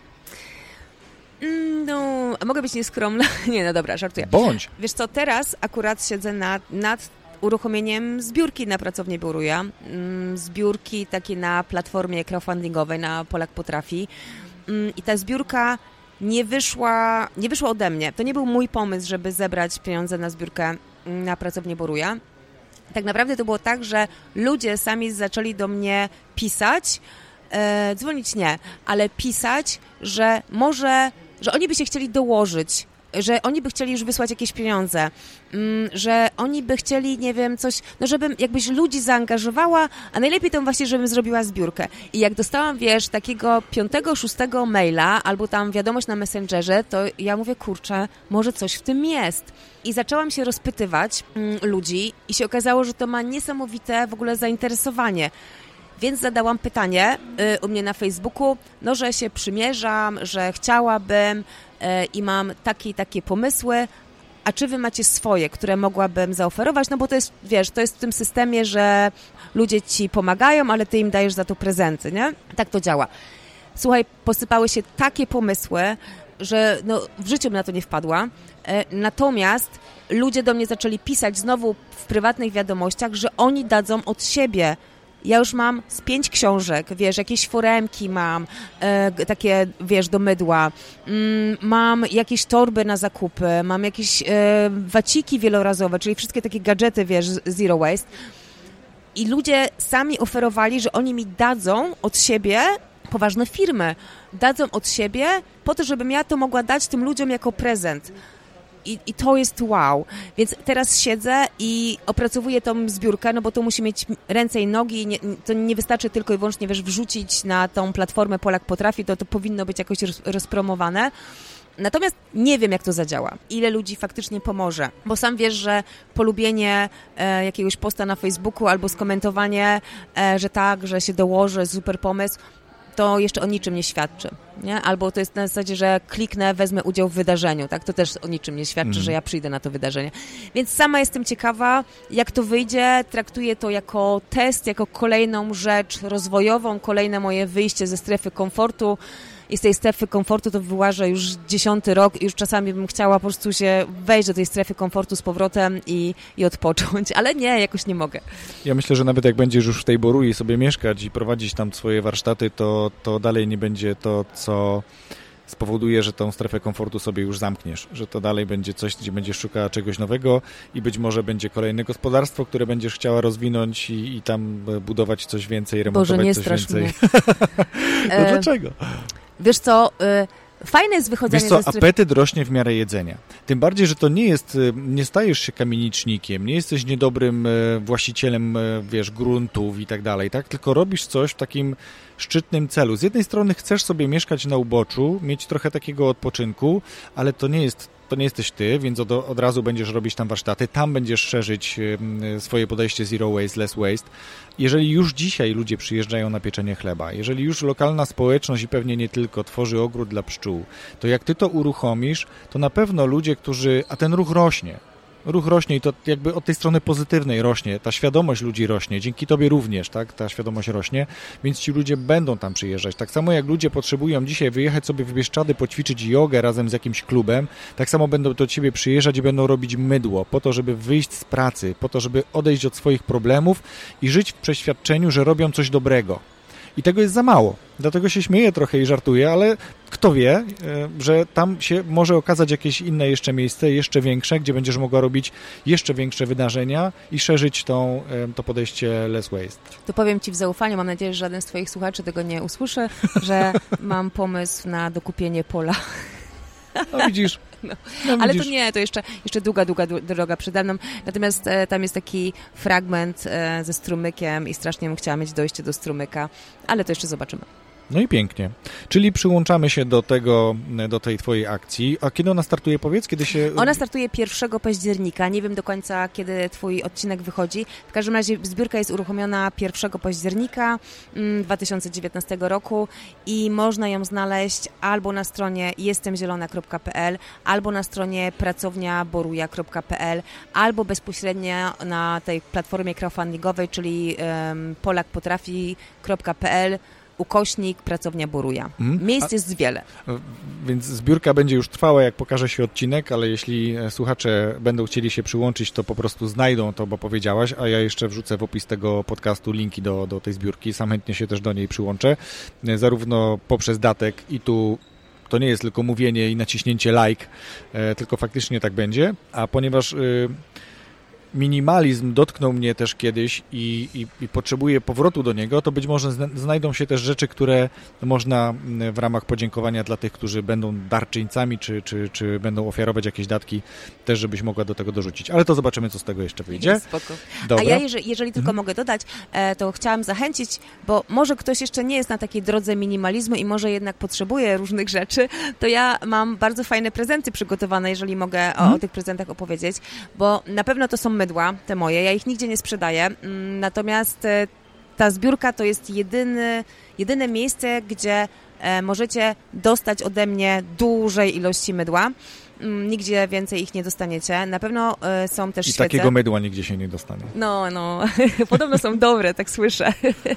C: No, a mogę być nieskromna? Nie, no dobra, żartuję.
D: Bądź.
C: Wiesz co, teraz akurat siedzę nad uruchomieniem zbiórki na pracownię Boruja. Zbiórki takie na platformie crowdfundingowej, na Polak Potrafi. I ta zbiórka nie wyszła ode mnie. To nie był mój pomysł, żeby zebrać pieniądze na zbiórkę na pracownię Boruja. Tak naprawdę to było tak, że ludzie sami zaczęli do mnie pisać, dzwonić nie, ale pisać, że oni by się chcieli dołożyć, że oni by chcieli już wysłać jakieś pieniądze, że oni by chcieli, nie wiem, coś, no żebym jakbyś ludzi zaangażowała, a najlepiej to właśnie, żebym zrobiła zbiórkę. I jak dostałam, wiesz, takiego 5., 6. maila, albo tam wiadomość na Messengerze, to ja mówię, kurczę, może coś w tym jest. I zaczęłam się rozpytywać ludzi i się okazało, że to ma niesamowite w ogóle zainteresowanie. Więc zadałam pytanie u mnie na Facebooku, no, że się przymierzam, że chciałabym i mam takie pomysły, a czy wy macie swoje, które mogłabym zaoferować? No bo to jest, wiesz, to jest w tym systemie, że ludzie ci pomagają, ale ty im dajesz za to prezenty, nie? Tak to działa. Słuchaj, posypały się takie pomysły, że no, w życiu bym na to nie wpadła. Natomiast ludzie do mnie zaczęli pisać znowu w prywatnych wiadomościach, że oni dadzą od siebie Ja już mam z 5 książek, wiesz, jakieś foremki mam, takie, wiesz, do mydła, mam jakieś torby na zakupy, mam jakieś waciki wielorazowe, czyli wszystkie takie gadżety, wiesz, zero waste. I ludzie sami oferowali, że oni mi dadzą od siebie, poważne firmy, dadzą od siebie po to, żebym ja to mogła dać tym ludziom jako prezent. I to jest wow. Więc teraz siedzę i opracowuję tą zbiórkę, no bo to musi mieć ręce i nogi. To nie wystarczy tylko i wyłącznie, wiesz, wrzucić na tą platformę Polak Potrafi, to powinno być jakoś rozpromowane. Natomiast nie wiem, jak to zadziała. Ile ludzi faktycznie pomoże. Bo sam wiesz, że polubienie jakiegoś posta na Facebooku albo skomentowanie, że tak, że się dołoży, super pomysł, to jeszcze o niczym nie świadczy. Nie? Albo to jest na zasadzie, że kliknę, wezmę udział w wydarzeniu. Tak? To też o niczym nie świadczy, że ja przyjdę na to wydarzenie. Więc sama jestem ciekawa, jak to wyjdzie. Traktuję to jako test, jako kolejną rzecz rozwojową, kolejne moje wyjście ze strefy komfortu. I z tej strefy komfortu to wyłażę już 10. rok i już czasami bym chciała po prostu się wejść do tej strefy komfortu z powrotem i odpocząć, ale nie, jakoś nie mogę.
D: Ja myślę, że nawet jak będziesz już w tej Borui sobie mieszkać i prowadzić tam swoje warsztaty, to dalej nie będzie to, co spowoduje, że tą strefę komfortu sobie już zamkniesz, że to dalej będzie coś, gdzie będziesz szukała czegoś nowego i być może będzie kolejne gospodarstwo, które będziesz chciała rozwinąć i tam budować coś więcej, remontować
C: Boże, nie
D: coś
C: strasz
D: więcej.
C: Mnie.
D: No dlaczego?
C: Wiesz co, fajne jest wychodzenie
D: ze strefy.
C: Wiesz co,
D: apetyt rośnie w miarę jedzenia. Tym bardziej, że to nie stajesz się kamienicznikiem, nie jesteś niedobrym właścicielem, wiesz, gruntów i tak dalej, tak? Tylko robisz coś w takim szczytnym celu. Z jednej strony chcesz sobie mieszkać na uboczu, mieć trochę takiego odpoczynku, ale to nie jesteś ty, więc od razu będziesz robić tam warsztaty, tam będziesz szerzyć swoje podejście zero waste, less waste. Jeżeli już dzisiaj ludzie przyjeżdżają na pieczenie chleba, jeżeli już lokalna społeczność i pewnie nie tylko tworzy ogród dla pszczół, to jak ty to uruchomisz, to na pewno ludzie, a ten ruch rośnie i to jakby od tej strony pozytywnej rośnie, ta świadomość ludzi rośnie, dzięki tobie również, tak, ta świadomość rośnie, więc ci ludzie będą tam przyjeżdżać. Tak samo jak ludzie potrzebują dzisiaj wyjechać sobie w Bieszczady, poćwiczyć jogę razem z jakimś klubem, tak samo będą do ciebie przyjeżdżać i będą robić mydło, po to, żeby wyjść z pracy, po to, żeby odejść od swoich problemów i żyć w przeświadczeniu, że robią coś dobrego. I tego jest za mało. Dlatego się śmieję trochę i żartuję, ale kto wie, że tam się może okazać jakieś inne jeszcze miejsce, jeszcze większe, gdzie będziesz mogła robić jeszcze większe wydarzenia i szerzyć to podejście less waste.
C: To powiem ci w zaufaniu, mam nadzieję, że żaden z twoich słuchaczy tego nie usłyszy, że mam pomysł na dokupienie pola.
D: No widzisz.
C: No, ale to nie, to jeszcze długa droga przede mną. Natomiast tam jest taki fragment ze strumykiem i strasznie bym chciała mieć dojście do strumyka, ale to jeszcze zobaczymy.
D: No i pięknie. Czyli przyłączamy się do tej twojej akcji. A kiedy ona startuje, powiedz? Kiedy się...
C: Ona startuje 1 października. Nie wiem do końca, kiedy twój odcinek wychodzi. W każdym razie zbiórka jest uruchomiona 1 października 2019 roku i można ją znaleźć albo na stronie jestemzielona.pl, albo na stronie pracowniaboruja.pl, albo bezpośrednio na tej platformie crowdfundingowej, czyli polakpotrafi.pl /Pracownia Boruja. Miejsc jest wiele.
D: Więc zbiórka będzie już trwała, jak pokaże się odcinek, ale jeśli słuchacze będą chcieli się przyłączyć, to po prostu znajdą to, bo powiedziałaś, a ja jeszcze wrzucę w opis tego podcastu linki do tej zbiórki. Sam chętnie się też do niej przyłączę, zarówno poprzez datek i tu to nie jest tylko mówienie i naciśnięcie like, tylko faktycznie tak będzie, a ponieważ minimalizm dotknął mnie też kiedyś i potrzebuję powrotu do niego, to być może znajdą się też rzeczy, które można w ramach podziękowania dla tych, którzy będą darczyńcami, czy będą ofiarować jakieś datki, też żebyś mogła do tego dorzucić. Ale to zobaczymy, co z tego jeszcze wyjdzie.
C: Spoko.
D: Dobra.
C: A ja, jeżeli tylko mogę dodać, to chciałam zachęcić, bo może ktoś jeszcze nie jest na takiej drodze minimalizmu i może jednak potrzebuje różnych rzeczy, to ja mam bardzo fajne prezenty przygotowane, jeżeli mogę o tych prezentach opowiedzieć, bo na pewno to są mydła, te moje, ja ich nigdzie nie sprzedaję, natomiast ta zbiórka to jest jedyne miejsce, gdzie możecie dostać ode mnie dużej ilości mydła. Nigdzie więcej ich nie dostaniecie. Na pewno są też świece.
D: I takiego mydła nigdzie się nie dostanie.
C: No. Podobno są dobre, tak słyszę.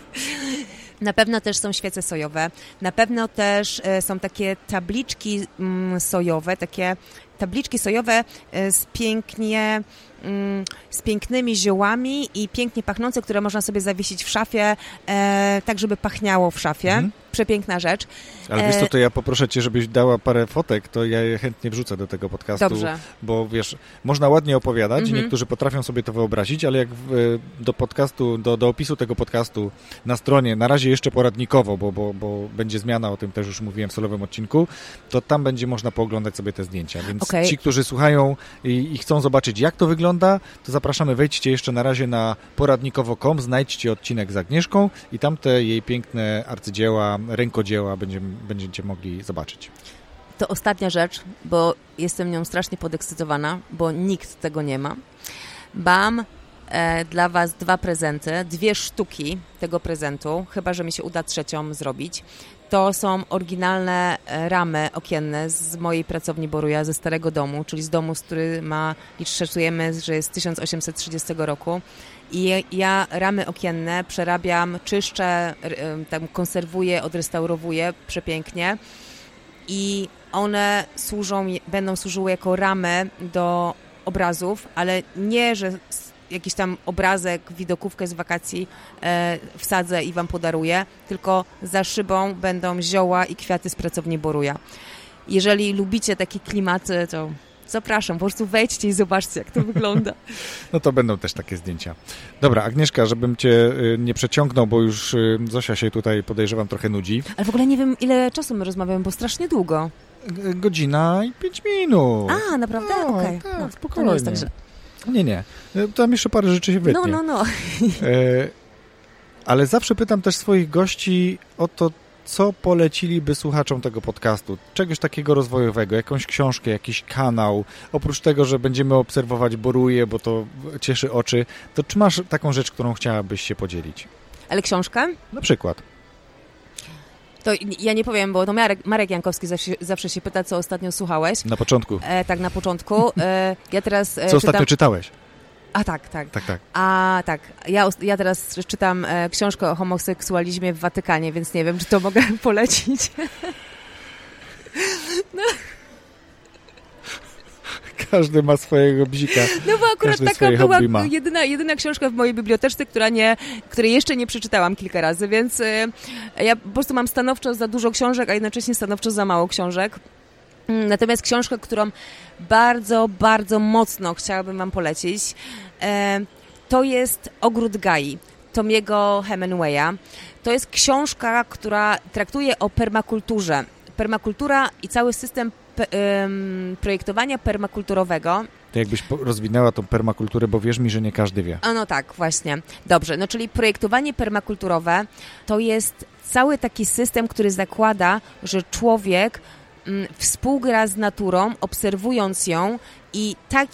C: Na pewno też są świece sojowe. Na pewno też są takie tabliczki sojowe, takie tabliczki sojowe z pięknie z pięknymi ziołami i pięknie pachnące, które można sobie zawiesić w szafie, tak żeby pachniało w szafie. Przepiękna rzecz.
D: Ale wiesz co, to ja poproszę cię, żebyś dała parę fotek, to ja je chętnie wrzucę do tego podcastu.
C: Dobrze.
D: Bo wiesz, można ładnie opowiadać, niektórzy potrafią sobie to wyobrazić, ale jak do podcastu, do opisu tego podcastu na stronie, na razie jeszcze poradnikowo, bo będzie zmiana, o tym też już mówiłem w solowym odcinku, to tam będzie można pooglądać sobie te zdjęcia. Więc ci, którzy słuchają i chcą zobaczyć, jak to wygląda, to zapraszamy, wejdźcie jeszcze na razie na poradnikowo.com, znajdźcie odcinek z Agnieszką i tam te jej piękne arcydzieła, rękodzieła będziecie mogli zobaczyć.
C: To ostatnia rzecz, bo jestem nią strasznie podekscytowana, bo nikt tego nie ma. Mam dla was 2 prezenty, 2 sztuki tego prezentu, chyba że mi się uda 3 zrobić. To są oryginalne ramy okienne z mojej pracowni Boruja, ze starego domu, czyli z domu, z który szacujemy, że jest z 1830 roku. I ja ramy okienne przerabiam, czyszczę, tam konserwuję, odrestaurowuję przepięknie i one będą służyły jako ramy do obrazów, ale nie, że jakiś tam obrazek, widokówkę z wakacji wsadzę i wam podaruję, tylko za szybą będą zioła i kwiaty z pracowni Boruja. Jeżeli lubicie takie klimaty, to zapraszam, po prostu wejdźcie i zobaczcie, jak to wygląda.
D: No to będą też takie zdjęcia. Dobra, Agnieszka, żebym cię nie przeciągnął, bo już Zosia się tutaj, podejrzewam, trochę nudzi.
C: Ale w ogóle nie wiem, ile czasu my rozmawiamy, bo strasznie długo.
D: Godzina i 5 minut.
C: A, naprawdę?
D: No,
C: okej.
D: tak,
C: No,
D: spokojnie.
C: to nie jest tak, że...
D: Nie. Tam jeszcze parę rzeczy się wytnie.
C: No.
D: Ale zawsze pytam też swoich gości o to, co poleciliby słuchaczom tego podcastu? Czegoś takiego rozwojowego, jakąś książkę, jakiś kanał. Oprócz tego, że będziemy obserwować Boruję, bo to cieszy oczy, to czy masz taką rzecz, którą chciałabyś się podzielić?
C: Ale książkę?
D: Na przykład.
C: To ja nie powiem, bo to Marek Jankowski zawsze się pyta, co ostatnio słuchałeś.
D: Na początku.
C: Tak, na początku. Ja teraz
D: co ostatnio czytałeś?
C: A tak. A tak. Ja teraz czytam książkę o homoseksualizmie w Watykanie, więc nie wiem, czy to mogę polecić. No.
D: Każdy ma swojego bzika.
C: No bo akurat taka była jedyna książka w mojej bibliotece, której jeszcze nie przeczytałam kilka razy, więc ja po prostu mam stanowczo za dużo książek, a jednocześnie stanowczo za mało książek. Natomiast książkę, którą bardzo, bardzo mocno chciałabym wam polecić, to jest Ogród Gai, Tomiego Hemingwaya. To jest książka, która traktuje o permakulturze. Permakultura i cały system projektowania permakulturowego.
D: To jakbyś rozwinęła tą permakulturę, bo wierz mi, że nie każdy wie.
C: No tak, właśnie. Dobrze, no czyli projektowanie permakulturowe to jest cały taki system, który zakłada, że człowiek współgra z naturą, obserwując ją i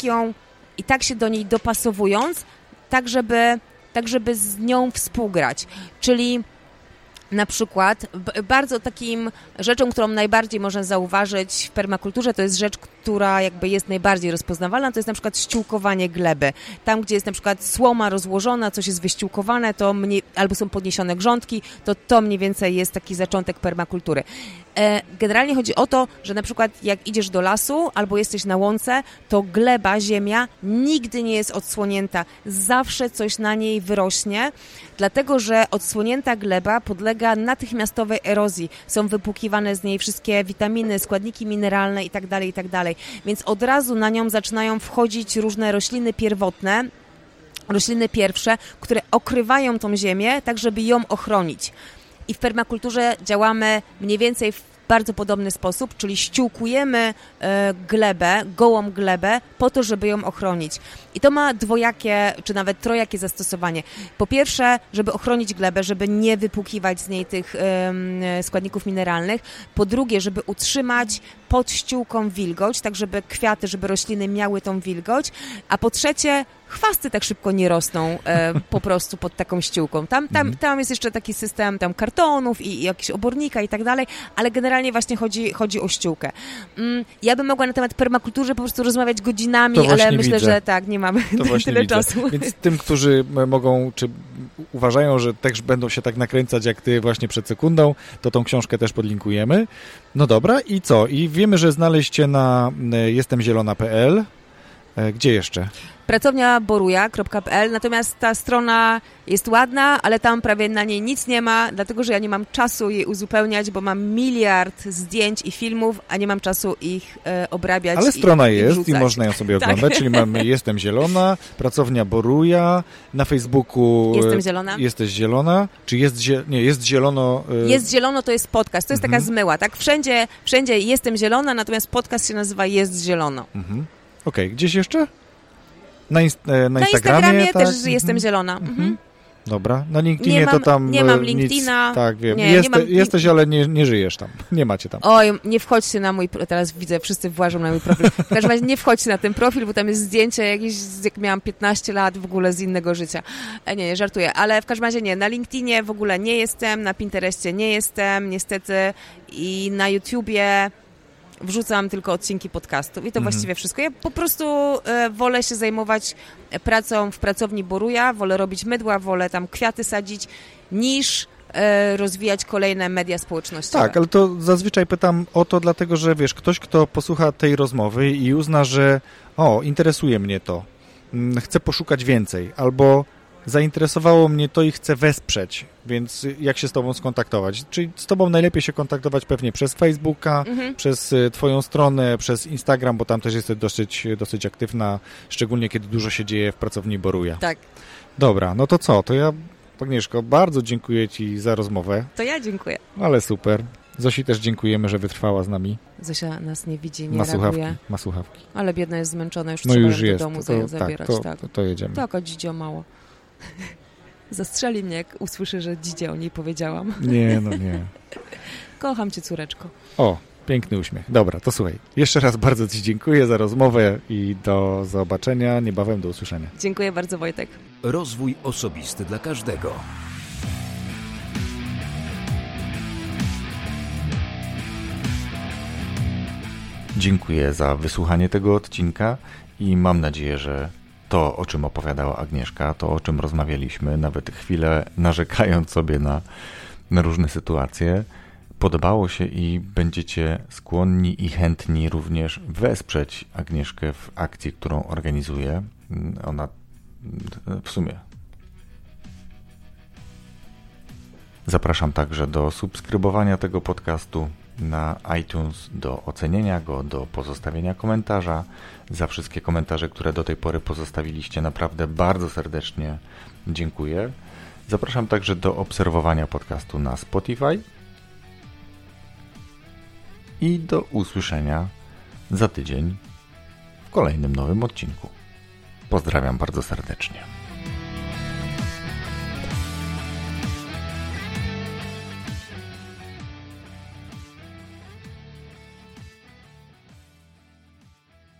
C: tak się do niej dopasowując, tak żeby z nią współgrać. Czyli na przykład bardzo takim rzeczą, którą najbardziej można zauważyć w permakulturze, to jest rzecz, która jakby jest najbardziej rozpoznawalna, to jest na przykład ściółkowanie gleby. Tam, gdzie jest na przykład słoma rozłożona, coś jest wyściółkowane, albo są podniesione grządki, to mniej więcej jest taki zaczątek permakultury. Generalnie chodzi o to, że na przykład jak idziesz do lasu albo jesteś na łące, to gleba, ziemia nigdy nie jest odsłonięta. Zawsze coś na niej wyrośnie, dlatego że odsłonięta gleba podlega natychmiastowej erozji. Są wypłukiwane z niej wszystkie witaminy, składniki mineralne itd., itd. Więc od razu na nią zaczynają wchodzić różne rośliny pierwotne, rośliny pierwsze, które okrywają tą ziemię, tak żeby ją ochronić. I w permakulturze działamy mniej więcej w bardzo podobny sposób, czyli ściółkujemy glebę, gołą glebę po to, żeby ją ochronić. I to ma dwojakie, czy nawet trojakie zastosowanie. Po pierwsze, żeby ochronić glebę, żeby nie wypłukiwać z niej tych składników mineralnych. Po drugie, żeby utrzymać pod ściółką wilgoć, tak żeby kwiaty, żeby rośliny miały tą wilgoć. A po trzecie, chwasty tak szybko nie rosną po prostu pod taką ściółką. Tam jest jeszcze taki system tam kartonów i jakiś obornika i tak dalej, ale generalnie właśnie chodzi o ściółkę. Ja bym mogła na temat permakultury po prostu rozmawiać godzinami, ale myślę, że tak, nie mamy tyle czasu.
D: Więc tym, którzy mogą, czy uważają, że też będą się tak nakręcać jak ty właśnie przed sekundą, to tą książkę też podlinkujemy. No dobra, i co? I wiemy, że znaleźć cię na jestemzielona.pl. Gdzie jeszcze?
C: Pracowniaboruja.pl, natomiast ta strona jest ładna, ale tam prawie na niej nic nie ma, dlatego że ja nie mam czasu jej uzupełniać, bo mam miliard zdjęć i filmów, a nie mam czasu ich obrabiać.
D: Ale strona jest
C: wrzucać.
D: i można ją sobie oglądać,
C: Tak.
D: czyli mamy Jestem Zielona, Pracownia Boruja, na Facebooku
C: Jestem Zielona.
D: Jesteś Zielona, czy jest Zielono...
C: Jest Zielono to jest podcast, to jest taka zmyła, tak? Wszędzie Jestem Zielona, natomiast podcast się nazywa Jest Zielono.
D: Okej, gdzieś jeszcze? Na
C: Instagramie
D: Instagramie tak?
C: też Jestem Zielona.
D: Dobra, na LinkedInie to tam
C: nie mam
D: nic,
C: LinkedIna.
D: tak, wiem.
C: Nie mam
D: Jesteś, ale nie żyjesz tam. Nie macie tam.
C: Oj, nie wchodźcie na mój... Teraz widzę, wszyscy włażą na mój profil. W każdym razie nie wchodźcie na ten profil, bo tam jest zdjęcie jakieś, jak miałam 15 lat w ogóle z innego życia. Nie, żartuję. Ale w każdym razie nie. Na LinkedInie w ogóle nie jestem, na Pinterestie nie jestem, niestety. I na YouTubie wrzucam tylko odcinki podcastów i to właściwie wszystko. Ja po prostu wolę się zajmować pracą w pracowni Boruja, wolę robić mydła, wolę tam kwiaty sadzić, niż rozwijać kolejne media społecznościowe.
D: Tak, ale to zazwyczaj pytam o to, dlatego że wiesz, ktoś, kto posłucha tej rozmowy i uzna, że interesuje mnie to, chcę poszukać więcej, albo zainteresowało mnie to i chcę wesprzeć, więc jak się z tobą skontaktować? Czyli z tobą najlepiej się kontaktować pewnie przez Facebooka, przez twoją stronę, przez Instagram, bo tam też jesteś dosyć aktywna, szczególnie kiedy dużo się dzieje w pracowni Boruja.
C: Tak.
D: Dobra, no to co? To ja, Agnieszko, bardzo dziękuję ci za rozmowę.
C: To ja dziękuję.
D: Ale super. Zosi też dziękujemy, że wytrwała z nami.
C: Zosia nas nie widzi, nie
D: Ma słuchawki.
C: Ale biedna jest zmęczona, już
D: No
C: trzeba
D: już
C: ją
D: jest.
C: do domu zabierać.
D: To jedziemy.
C: Taka dzidzio mało. Zastrzeli mnie, jak usłyszy, że dzidzie o niej powiedziałam.
D: Nie.
C: Kocham cię, córeczko.
D: O, piękny uśmiech. Dobra, to słuchaj. Jeszcze raz bardzo ci dziękuję za rozmowę i do zobaczenia, niebawem do usłyszenia.
C: Dziękuję bardzo, Wojtek.
A: Rozwój osobisty dla każdego.
B: Dziękuję za wysłuchanie tego odcinka i mam nadzieję, że to, o czym opowiadała Agnieszka, to, o czym rozmawialiśmy, nawet chwilę narzekając sobie na różne sytuacje, podobało się i będziecie skłonni i chętni również wesprzeć Agnieszkę w akcji, którą organizuje. Ona w sumie... Zapraszam także do subskrybowania tego podcastu na iTunes, do ocenienia go, do pozostawienia komentarza. Za wszystkie komentarze, które do tej pory pozostawiliście, naprawdę bardzo serdecznie dziękuję. Zapraszam także do obserwowania podcastu na Spotify i do usłyszenia za tydzień w kolejnym nowym odcinku. Pozdrawiam bardzo serdecznie.